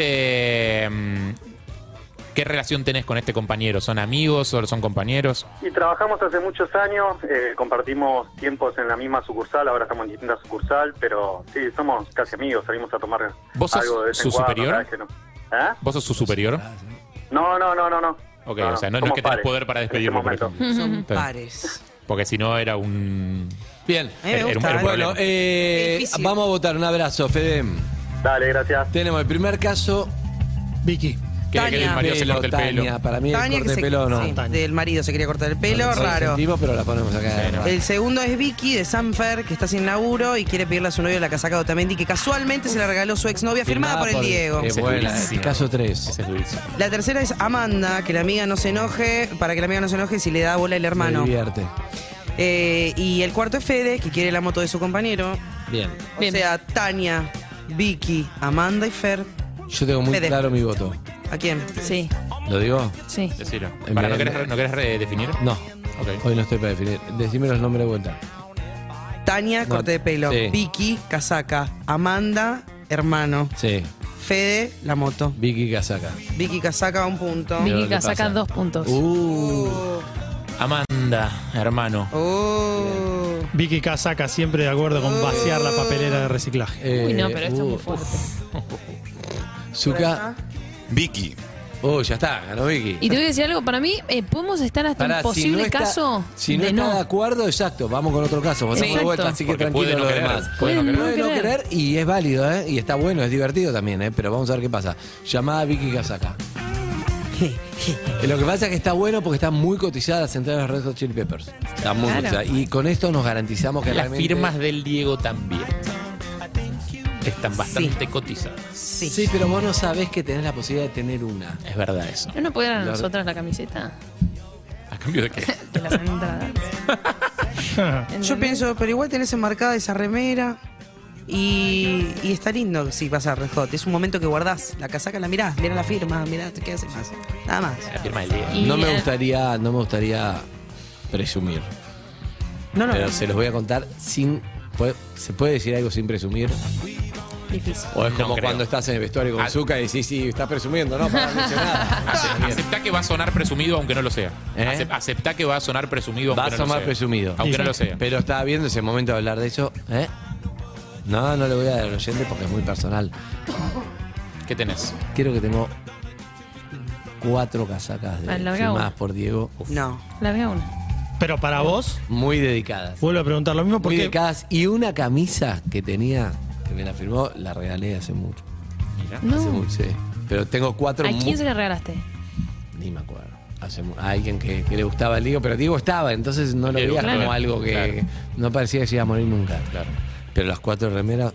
qué relación tenés con este compañero? ¿Son amigos o son compañeros? Y trabajamos hace muchos años, compartimos tiempos en la misma sucursal, ahora estamos en distintas sucursal, pero sí, somos casi amigos, salimos a tomar ¿Vos sos algo de vez en su cuando, superior? cada vez que no. ¿Eh? ¿Vos sos su superior? No. Ok, o sea, no es que tenés poder para despedirlo, por ejemplo. Son Está bien. pares. Porque si no era un... Bien. Era un Bueno, problema. Difícil. vamos a votar. Un abrazo, Fede. Dale, gracias. Tenemos el primer caso. Vicky. ¿Querés que el marido se corte el pelo? Tania, para mí Tania, el corte de pelo no. sí, del marido se quería cortar el pelo, No lo raro. sentimos, pero la ponemos acá. El segundo es Vicky de Sanfer, que está sin laburo y quiere pedirle a su novio la casaca de Otamendi, que casualmente se la regaló su exnovia, firmada por el Diego. Qué buena, caso 3. Ese es durísimo. La tercera es Amanda, que la amiga no se enoje, para que la amiga no se enoje si le da bola el hermano. Me divierte. Y el cuarto es Fede, que quiere la moto de su compañero. Bien. O sea, Tania, Vicky, Amanda y Fer. Yo tengo muy Fede. claro mi voto. ¿A quién? Sí, ¿Lo digo? sí. Decilo. ¿Para no querés redefinir? No. Ok. Hoy no estoy para definir. Decime los nombres de vuelta. Tania, corte de pelo. Sí. Vicky, casaca. Amanda, hermano. Sí. Fede, la moto. Vicky Casaca. Vicky, casaca, un punto. Pero Vicky ¿qué saca pasa? 2 puntos. Amanda, hermano. Vicky Casaca siempre de acuerdo con vaciar la papelera de reciclaje. Uy, no, pero esto es muy fuerte. Zuka. Vicky. Ya está, ganó Vicky. Y te voy a decir algo, para mí podemos estar hasta Pará, un posible caso si no de está no. de acuerdo, exacto, vamos con otro caso. Votamos de Exacto. vuelta, así que Porque tranquilo puede no lo querer, demás. puede no Puede querer. no querer y es válido, ¿eh? Y está bueno, es divertido también, ¿eh? Pero vamos a ver qué pasa. Llamada a Vicky Casaca. Lo que pasa es que está bueno porque está muy cotizada la central de los Red Hot Chili Peppers. Está muy Claro. cotizada. Y con esto nos garantizamos que Las realmente... firmas del Diego también están bastante cotizadas. Sí, pero vos no sabés que tenés la posibilidad de tener una. Es verdad eso. ¿No nos puede dar a Lo- nosotras la camiseta ¿A cambio de qué? de las entradas? Yo pienso, pero igual tenés enmarcada esa remera y está lindo si vas a Red Hot. Es un momento que guardás la casaca, la mirás, mirá la firma, mirá, ¿qué haces más? Nada más. La firma del Diego. Y No me gustaría presumir. No, Pero se los voy a contar sin... ¿Se puede decir algo sin presumir? difícil. O es No como creo. cuando estás en el vestuario con Zuka y decís, sí, estás presumiendo, ¿no? Para no decir nada. Aceptá que va a sonar presumido aunque no lo sea. ¿Eh? Aceptá que va a sonar presumido Va aunque a no lo sonar sea. presumido. Aunque no lo sea. Pero estaba viendo ese momento de hablar de eso. ¿Eh? No le voy a dar al oyente porque es muy personal. ¿Qué tenés? Quiero que tengo 4 casacas Larga firmadas una. por Diego. No. Larga una. Pero para vos, Muy dedicadas. vuelvo a preguntar lo mismo Muy porque dedicadas. Y una camisa que tenía, que me la firmó, la regalé hace mucho. Mira. No. Hace mucho, sí. Pero tengo 4 ¿A quién se le regalaste? Ni me acuerdo. A alguien que le gustaba el Diego, pero Diego estaba, entonces no lo Diego, veía claro. como algo que Claro. no parecía que se iba a morir nunca. Claro. Pero las 4 remeras,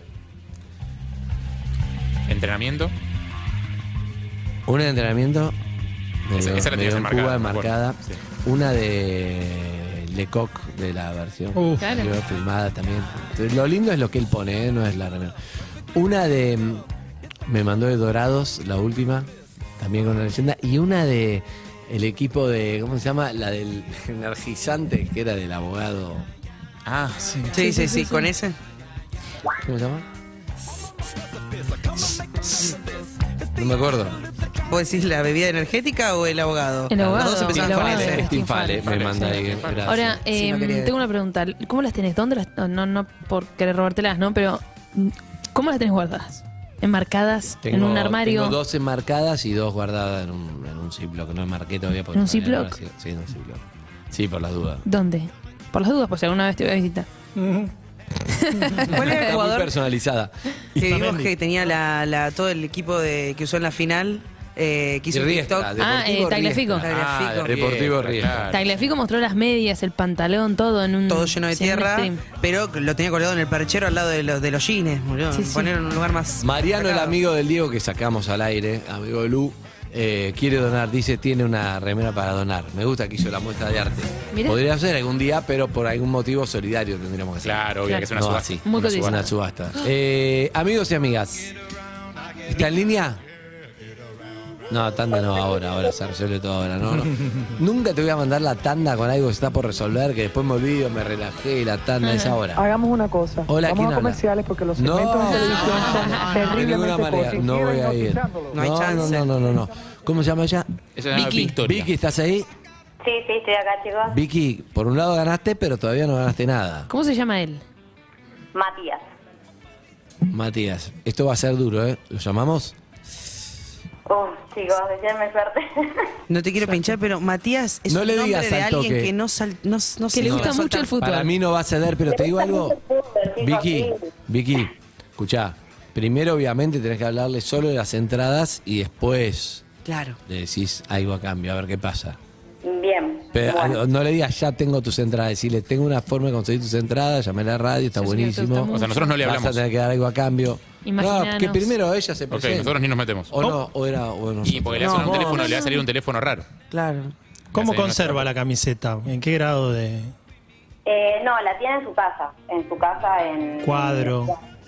¿Entrenamiento? una de entrenamiento, Esa la me dio tenías en enmarcada, Cuba me acuerdo. enmarcada, Sí. una de Lecoq de la versión Claro. que filmada también. Entonces, lo lindo es lo que él pone, no es la remera. Una de me mandó de Dorados, la última, también con la leyenda, y una de el equipo de, ¿cómo se llama? La del energizante, que era del abogado. Ah, sí. Sí, con ese. ¿Cómo se llama? No me acuerdo. ¿Vos decís la bebida energética o el abogado? El abogado, Los dos empezaban el con abogado. ese. Stinfale me manda ahí. Gracias. Ahora, Sí, no quería- tengo una pregunta. ¿Cómo las tenés? ¿Dónde las.? No por querer robártelas, ¿no? Pero. ¿Cómo las tenés guardadas? ¿Enmarcadas? ¿En un armario? Tengo 2 enmarcadas y 2 guardadas en un Ziploc. No enmarqué todavía. porque ¿En un todavía no Ziploc? lo hacía. Sí, en un Ziploc. Sí, por las dudas. ¿Dónde? Por las dudas, por si alguna vez te voy a visitar. ¿Cuál era el Está muy jugador personalizada. que vimos que tenía todo el equipo que usó en la final? que hizo un Riestra, TikTok. Deportivo Tagliafico. Riestra. Deportivo Riestra. Tagliafico mostró las medias, el pantalón, todo en un... Todo lleno de sí, en un tierra, stream. pero lo tenía colgado en el perchero al lado de los jeans, boludo. Sí, sí. Ponerlo en un lugar más... Mariano, el sacado. amigo del Diego que sacamos al aire, amigo de Lu, quiere donar, dice, tiene una remera para donar. Me gusta que hizo la muestra de arte. Mirá. Podría ser algún día, pero por algún motivo solidario tendríamos que hacer. Claro, obvio, que es una No, subasta. así. Muy Una cotizado. subasta. Amigos y amigas, ¿está en línea? No, tanda no, ahora, se resuelve todo ahora, no. Nunca te voy a mandar la tanda con algo que está por resolver, que después me olvido, me relajé, la tanda es ahora. Hagamos una cosa. Hola, ¿quién Vamos a habla? comerciales porque los No, segmentos en televisión son de ninguna terriblemente manera, cortos. no voy a ir. hipnotizándolos. No hay chance. No. ¿Cómo se llama ella? Ella se llama Vicky. Victoria. Vicky, ¿estás ahí? Sí, estoy acá, chicos. Vicky, por un lado ganaste, pero todavía no ganaste nada. ¿Cómo se llama él? Matías. Matías, esto va a ser duro, ¿eh? ¿Lo llamamos? Chicos, desearme suerte. No te quiero pinchar, pero Matías es No un le nombre digas de al alguien toque. que no Que le gusta mucho el fútbol. Para mí no va a ceder, pero te digo algo. Vicky, escuchá. Primero, obviamente, tenés que hablarle solo de las entradas y después Claro. le decís algo a cambio, a ver qué pasa. Bien. Pero Bueno. no le digas, ya tengo tus entradas. Decirle, tengo una forma de conseguir tus entradas, llamé a la radio, está Sí, señor, buenísimo. te gusta O sea, nosotros no le Vas hablamos. a tener que dar algo a cambio. Imaginanos. No, que primero ella se Ok, presente. nosotros ni nos metemos. O no, o era o nosotros. Y porque le hacen No, un teléfono, vos. le va a salir un teléfono raro. Claro. ¿Cómo Ya sé, conserva la camiseta? ¿En qué grado de No, la tiene en su casa. En su casa, en... cuadro?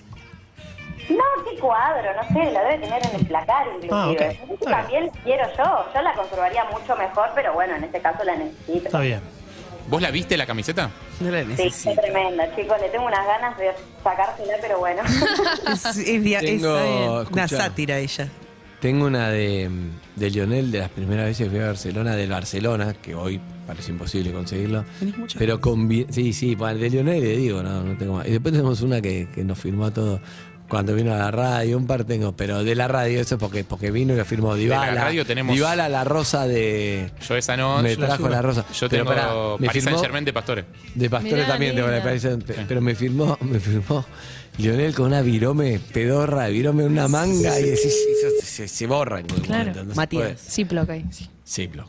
No, qué cuadro, no sé, la debe tener en el placar inclusive. Ah, ok. Eso Está también quiero yo la conservaría mucho mejor, pero bueno, en este caso la necesito. Está bien. ¿Vos la viste la camiseta? No la Sí, necesito. es tremenda, chicos, le tengo unas ganas de sacársela, pero bueno. Tengo, una escuchá. sátira ella. Tengo una de Lionel, de las primeras veces que fui a Barcelona, del Barcelona, que hoy parece imposible conseguirlo. Tenés muchas Pero sí, bueno, de Lionel le digo, no tengo más. Y después tenemos una que nos firmó todo cuando vino a la radio, un par tengo, pero de la radio, eso es porque vino y lo firmó Dybala. la radio tenemos- Dybala, la rosa de... Yo esa no. Me trajo la rosa. Yo Pero tengo pará, me Paris firmó- Saint-Germain de Pastore. De Pastore Mirá, también tengo la linda. de Paris Saint- pero me firmó Lionel con una virome pedorra, virome en una manga y decís, se borra en algún Claro. momento, no se Matías. puede. Ziploc ahí. Sí, Blo.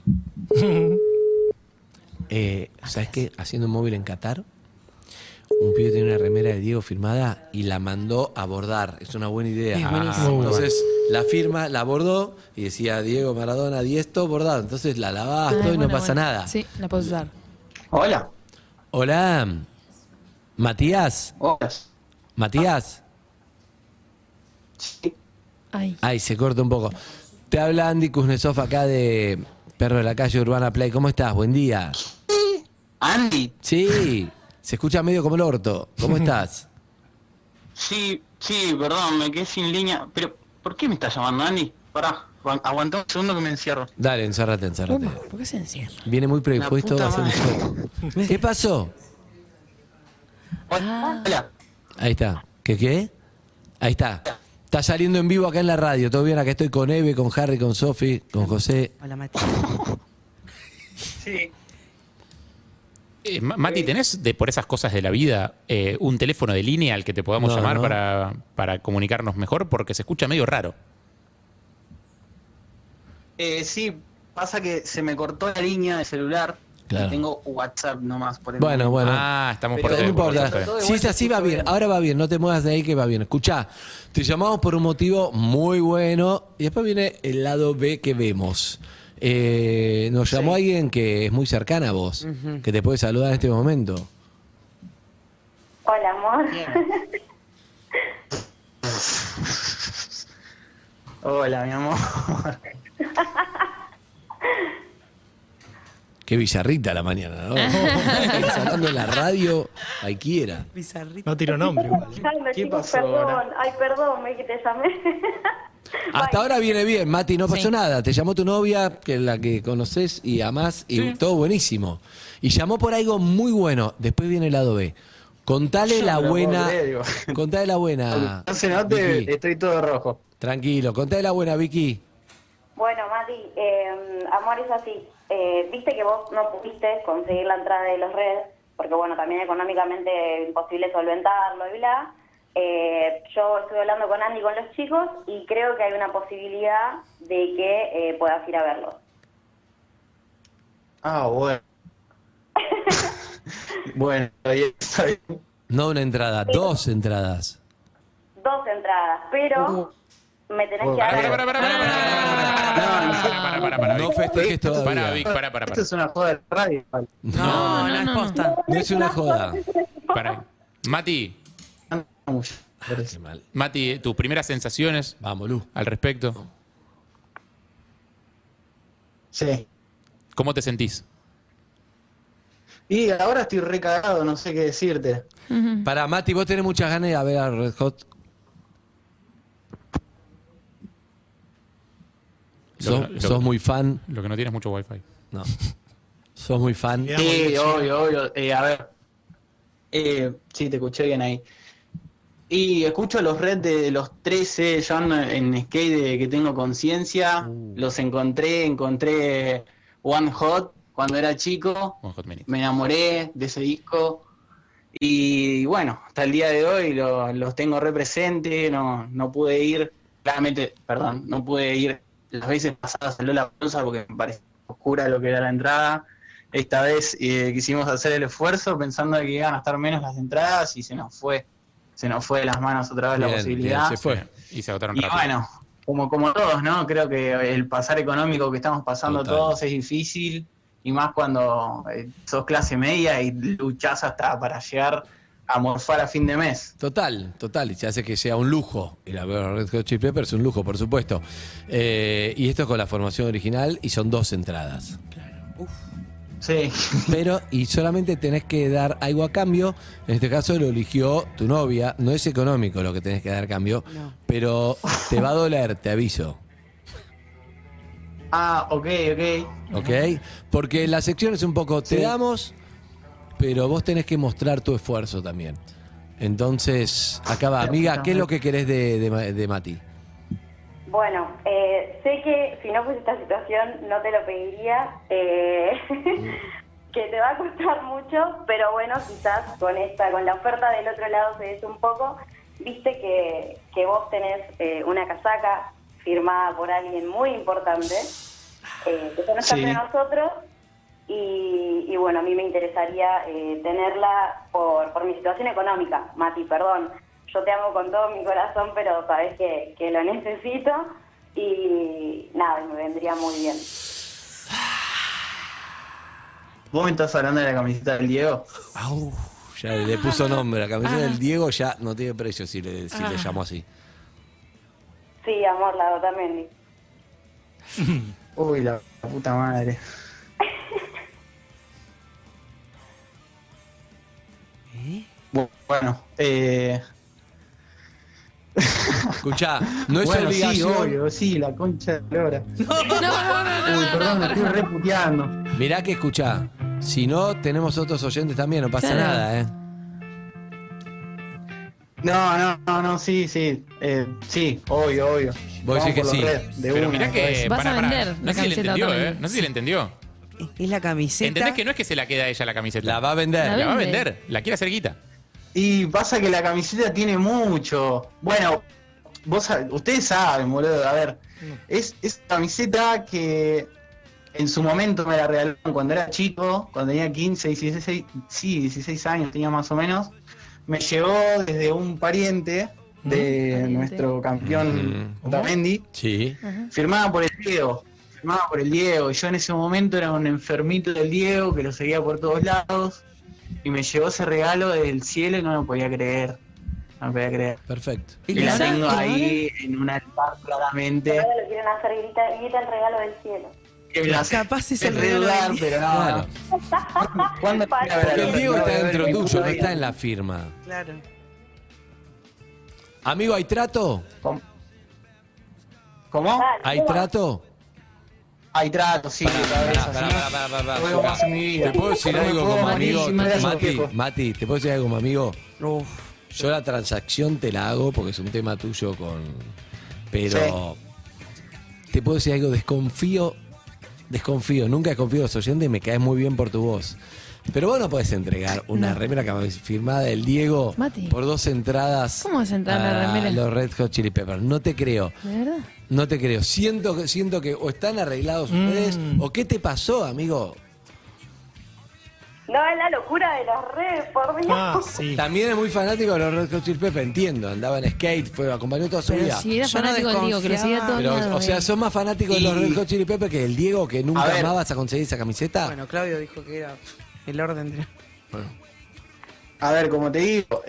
¿Sabes qué? Haciendo un móvil en Qatar, un pibe tenía una remera de Diego firmada y la mandó a bordar. Es una buena idea. Es buenísimo. Entonces la firma, la bordó y decía Diego Maradona, Diesto, bordado. Entonces la lavás todo y no buena, pasa buena. nada. Sí, la puedo usar. Hola. Hola, Matías. Hola. Matías. Ay. Ay, se corta un poco. Te habla Andy Kuznetsov acá de Perro de la Calle Urbana Play. ¿Cómo estás? Buen día. Andy. Sí, se escucha medio como el orto. ¿Cómo estás? Sí, perdón, me quedé sin línea. Pero, ¿por qué me estás llamando, Andy? Pará, aguantá un segundo que me encierro. Dale, encárrate. ¿Por qué se encierra? Viene muy predispuesto La a puta hacer un show. ¿Qué pasó? Hola. Ahí está. ¿Qué? Ahí está. Está saliendo en vivo acá en la radio. Todo bien, acá estoy con Eve, con Harry, con Sofi, con José. Hola, Mati. Sí. Mati, ¿tenés por esas cosas de la vida un teléfono de línea al que te podamos No, llamar no. para comunicarnos mejor? Porque se escucha medio raro. Sí, pasa que se me cortó la línea de celular. Claro. Y tengo WhatsApp nomás. Por el Bueno. Ah, estamos Pero por No Por importa. todo igual Si es se así, va escucha bien. bien. Ahora va bien. No te muevas de ahí que va bien. Escuchá, te llamamos por un motivo muy bueno. Y después viene el lado B que vemos. Nos llamó alguien que es muy cercana a vos, que te puede saludar en este momento. Hola, amor. Hola, mi amor. Qué bizarrita la mañana, ¿no? Estás hablando en la radio, cualquiera. Bizarrito. No tiro nombre igual. Escuchando, ¿Qué chicos, pasó perdón. ahora? Ay, perdón, me que te llamé. Hasta ahora viene bien, Mati, no pasó Sí. nada. Te llamó tu novia, que es la que conoces y amás, y todo buenísimo. Y llamó por algo muy bueno. Después viene el lado B. Contale Yo la no lo puedo buena. creer, digo. Contale la buena. No se note, Vicky. estoy todo rojo. Tranquilo, contale la buena, Vicky. Bueno, Mati, amor, es así. Viste que vos no pudiste conseguir la entrada de los redes, porque bueno, también económicamente imposible solventarlo y bla. Yo estuve hablando con Andy y con los chicos y creo que hay una posibilidad de que puedas ir a verlos. Ah, bueno. Bueno, está bien. No una entrada, 2 entradas. 2 entradas, pero me tenés que dar... No festejes todavía. Para, Vic, para. Esto es una joda de radio. No es posta. No es una joda. Para. Mati, Qué mal. Mati, tus primeras sensaciones Vamos, Lu. al respecto. Sí. ¿Cómo te sentís? Y ahora estoy recagado, no sé qué decirte. Para Mati, ¿vos tenés muchas ganas de ver a Red Hot? ¿Sos muy fan? Lo que no tienes mucho wifi. No. ¿Sos muy fan? Sí, obvio. A ver. Sí, te escuché bien ahí. Y escucho los Red de los 13, yo ando en skate de que tengo conciencia. Los encontré One Hot cuando era chico. One Hot Minute. Me enamoré de ese disco. Y bueno, hasta el día de hoy los tengo re presente. No pude ir, claramente, perdón, no pude ir las veces pasadas a Lollapalooza porque me parecía oscura lo que era la entrada. Esta vez quisimos hacer el esfuerzo pensando que iban a estar menos las entradas y se nos fue de las manos otra vez la posibilidad. Se fue. Y se agotaron Y rápido. bueno, como todos, ¿no? Creo que el pasar económico que estamos pasando Total. todos es difícil, y más cuando sos clase media y luchás hasta para llegar a morfar a fin de mes. Total, y se hace que sea un lujo. Ir a ver a Red Hot Chili Peppers es un lujo, por supuesto. Y esto es con la formación original y son 2 entradas. Sí. Y solamente tenés que dar algo a cambio. En este caso lo eligió tu novia. No es económico lo que tenés que dar a cambio, pero te va a doler, te aviso. Ah, ok. ¿Ok? Porque la sección es un poco, te damos, pero vos tenés que mostrar tu esfuerzo también. Entonces, acá va. Amiga, ¿qué es lo que querés de Mati? Bueno, sé que si no fuese esta situación no te lo pediría, que te va a costar mucho, pero bueno, quizás con la oferta del otro lado se des un poco. Viste que vos tenés una casaca firmada por alguien muy importante, que eso no está entre nosotros, y bueno, a mí me interesaría tenerla por mi situación económica. Mati, perdón. Yo te amo con todo mi corazón, pero sabés que lo necesito y nada, me vendría muy bien. ¿Vos me estás hablando de la camiseta del Diego? Ya le puso nombre. La camiseta del Diego ya no tiene precio si le llamo así. Sí, amor, la Otamendi. Uy, la puta madre. Bueno, Escuchá, no es bueno, obligación. Sí, obvio, sí, la concha de la lora. Uy, perdón, me estoy reputeando. Mirá que escuchá. Si no, tenemos otros oyentes también, no pasa nada, ¿eh? No, sí. Sí, obvio. Vos decís que sí. Pero mirá que... Vas a vender No la sé si le camiseta entendió, también. No sé si le entendió. Es la camiseta. ¿Entendés que no es que se la queda a ella la camiseta? La va a vender. La va a vender. La quiere hacer guita. Y pasa que la camiseta tiene mucho. Bueno, ustedes saben, boludo. A ver, es camiseta que en su momento me la regalaron cuando era chico, cuando tenía 15, 16 años tenía más o menos. Me llegó desde un pariente de nuestro campeón Otamendi, Sí. firmada por el Diego. Y yo en ese momento era un enfermito del Diego que lo seguía por todos lados. Y me llegó ese regalo del cielo y no lo podía creer. Perfecto. Y la tengo ahí en un altar claramente. Ahora lo quieren hacer grita el regalo del cielo. Que me la Capaz es el hace regalo dudar, del pero no. Claro. ¿Cuándo Porque el Diego está dentro tuyo, no está en la firma. Claro. Amigo, ¿hay trato? ¿Cómo? ¿Hay trato? Hay trato, sí. Luego más en mi vida. ¿Te puedo decir algo como amigo? Mati, Mati, ¿te puedo decir algo como amigo? Yo la transacción te la hago porque es un tema tuyo con... Pero... Te puedo decir algo, desconfío, nunca desconfío de los oyentes, me caes muy bien por tu voz. Pero vos no podés entregar una remera firmada del Diego Mati. por 2 entradas. ¿Cómo vas a entrar en la remera? Los Red Hot Chili Peppers. No te creo. ¿De verdad? No te creo. Siento que o están arreglados ustedes, o qué te pasó, amigo. No, es la locura de las redes, por Dios. También es muy fanático de los Red Hot Chili Peppers, entiendo. Andaba en skate, acompañó toda su vida. Si era fanático del Diego, que lo seguía todo Pero, o sea, ¿sos más fanático de los Red Hot Chili Peppers que el Diego, que nunca más vas a conseguir esa camiseta? Bueno, Claudio dijo que era el orden de... A ver, como te digo,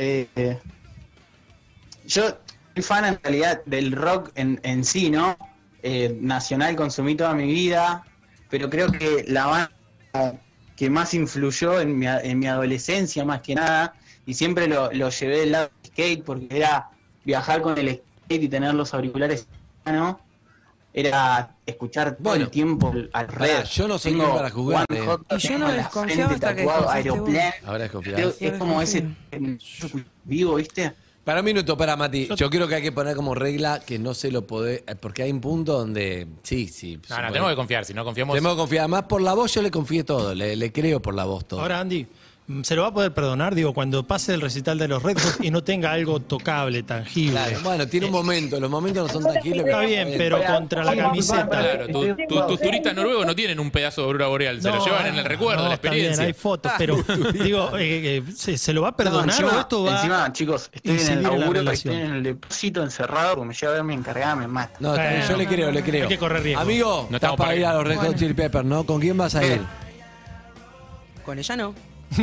yo soy fan en realidad del rock en sí, ¿no? Nacional consumí toda mi vida, pero creo que la banda que más influyó en mi adolescencia, más que nada, y siempre lo llevé del lado del skate, porque era viajar con el skate y tener los auriculares en mano, era escuchar todo el tiempo al red. Yo no soy bien para jugar. Y yo no desconfiaba hasta que Ahora desconfiado. Es como ese vivo, ¿viste? Para un minuto, Mati. Yo creo que hay que poner como regla que no se lo puede. Porque hay un punto donde. Sí. No, tenemos que confiar. Si no confiamos. Tenemos que confiar. Además, por la voz yo le confié todo. Le creo por la voz todo. Ahora, Andy, ¿se lo va a poder perdonar? Digo, cuando pase el recital de los Red Hot y no tenga algo tocable, tangible. Claro, bueno, tiene un momento. Los momentos no son tangibles. Está bien, pero contra la camiseta. Claro, tus turistas noruegos no tienen un pedazo de aurora boreal. Se lo llevan en el recuerdo, la experiencia. Está bien, hay fotos, pero digo, ¿se lo va a perdonar o esto va encima, chicos, estoy en el laburo, estoy en el depósito encerrado, porque me lleva a ver mi encargada, me mata. No, yo le creo. Hay que correr riesgo. Amigo, no estás para ir a los Red Hot Chili Peppers, ¿no? ¿Con quién vas a ir? Con ella no.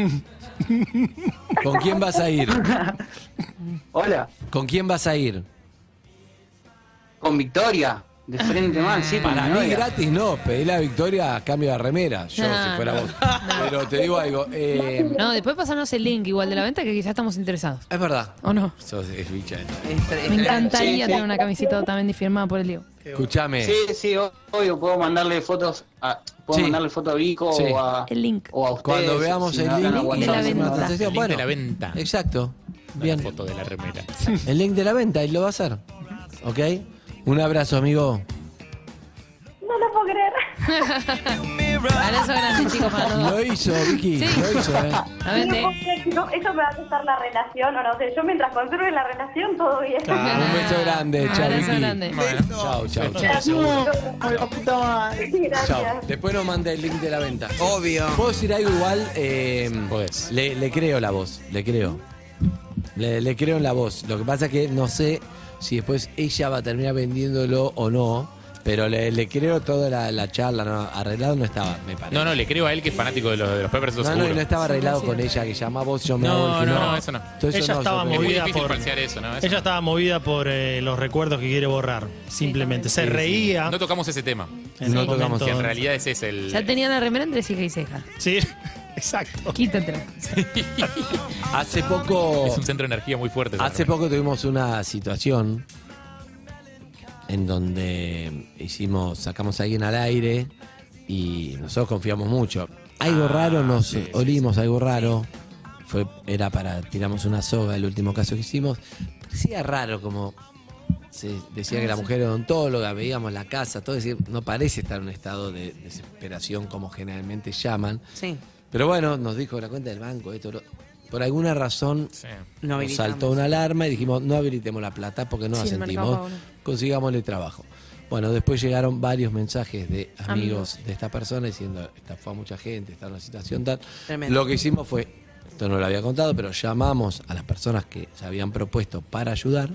¿Con quién vas a ir? Hola. ¿Con quién vas a ir? Con Victoria, de frente man, sí. Para mí gratis no, pedí la Victoria a cambio de remera, yo si fuera vos. Pero te digo algo. No, después pasarnos el link igual de la venta que quizás estamos interesados. Es verdad. ¿O no? Es bicha. Me encantaría tener una camiseta también firmada por el Diego. Escúchame. Sí, obvio, puedo mandarle fotos a Vico o a el link. O a ustedes. Cuando veamos el link de la venta. El link de la venta. Exacto. Bien. La foto de la remera. El link de la venta, y lo va a hacer. ¿Ok? Un abrazo, amigo. No lo puedo creer. Abrazo grande, chicos, para todos. Lo hizo, Vicky. Sí. Lo hizo, A ver, Eso me va a costar la relación, o no sé. Yo mientras conserve la relación, todo bien. Un beso grande, chao, Abrazo Vicky. grande. Chao. Gracias. Chao. Después nos manda el link de la venta. Obvio. ¿Puedo decir algo igual? Podés. Le creo la voz, le creo. Le creo en la voz. Lo que pasa es que no sé si después ella va a terminar vendiéndolo o no. Pero le creo toda la charla, no, arreglado no estaba, me parece. No, le creo a él que es fanático de los Peppers, eso no, seguro. no estaba arreglado con ella, que llama vos, yo me hago el que no, eso no. Entonces, ella estaba Es muy movida difícil por falsear eso, ¿no? ella estaba movida por los recuerdos que quiere borrar. Simplemente se reía. No tocamos ese tema. No tocamos Que en realidad ese es el... Ya tenía la remera entre ceja y ceja. Sí, exacto. Quítatela. Hace poco... Es un centro de energía muy fuerte. Hace poco tuvimos una situación en donde sacamos a alguien al aire y nosotros confiamos mucho. Algo raro olimos, algo raro. Tiramos una soga, el último caso que hicimos. Parecía raro, como se decía que la mujer era odontóloga, veíamos la casa, todo, decir, no parece estar en un estado de desesperación como generalmente llaman. Sí. Pero bueno, nos dijo la cuenta del banco, esto, por alguna razón nos saltó una alarma y dijimos, no habilitemos la plata porque no la sentimos, consigámosle trabajo. Bueno, después llegaron varios mensajes de amigos de esta persona diciendo, estafó a mucha gente, está en una situación tal. Tremendo. Lo que hicimos fue, esto no lo había contado, pero llamamos a las personas que se habían propuesto para ayudar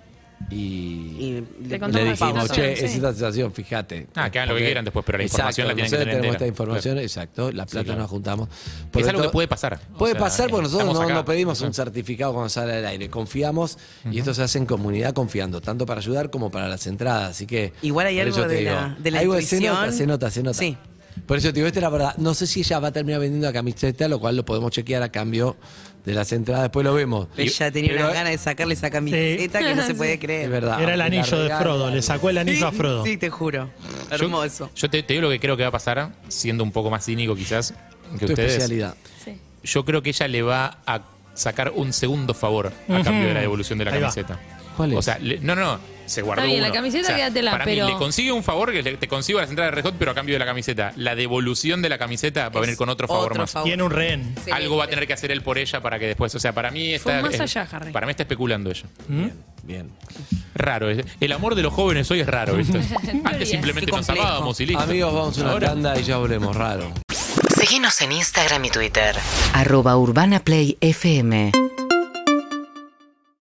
y le dijimos, che, es esta situación, fíjate. Que hagan lo que quieran después, pero la información la tienen que tener tenemos entera. esta información, exacto, la plata nos juntamos. Es algo que puede pasar. Puede pasar porque nosotros no pedimos un un certificado cuando sale al aire. Confiamos y esto se hace en comunidad confiando, tanto para ayudar como para las entradas. Así que. Igual hay algo de la intuición. Se nota. Sí. Por eso te digo, esta es la verdad. No sé si ella va a terminar vendiendo la camiseta, lo cual lo podemos chequear a cambio de las entradas. Después lo vemos. Ella tenía unas ganas de sacarle esa camiseta que no se puede creer. Es verdad. Era el anillo de Frodo, le sacó el anillo a Frodo. Sí, te juro. Hermoso. Yo te digo lo que creo que va a pasar, siendo un poco más cínico quizás que Tu ustedes. especialidad. Sí. Yo creo que ella le va a sacar un segundo favor a cambio de la devolución de la Ahí va. camiseta. ¿Cuál es? O sea, no, se guardó Está bien, uno. la camiseta quédatela, para pero- mí, le consigue un favor, que te consigo las entradas de Red Hot, pero a cambio de la camiseta. La devolución de la camiseta va a venir con otro favor más. Tiene un rehén. Algo va a tener que hacer él por ella para que después, o sea, para mí Fue está... más allá, Harry. Para mí está especulando ella. Bien. Raro. El amor de los jóvenes hoy es raro, ¿viste? Antes simplemente nos amábamos y listo. Amigos, vamos a una Ahora- tanda y ya volvemos. Raro. Seguinos en Instagram y Twitter. @UrbanaPlayFM.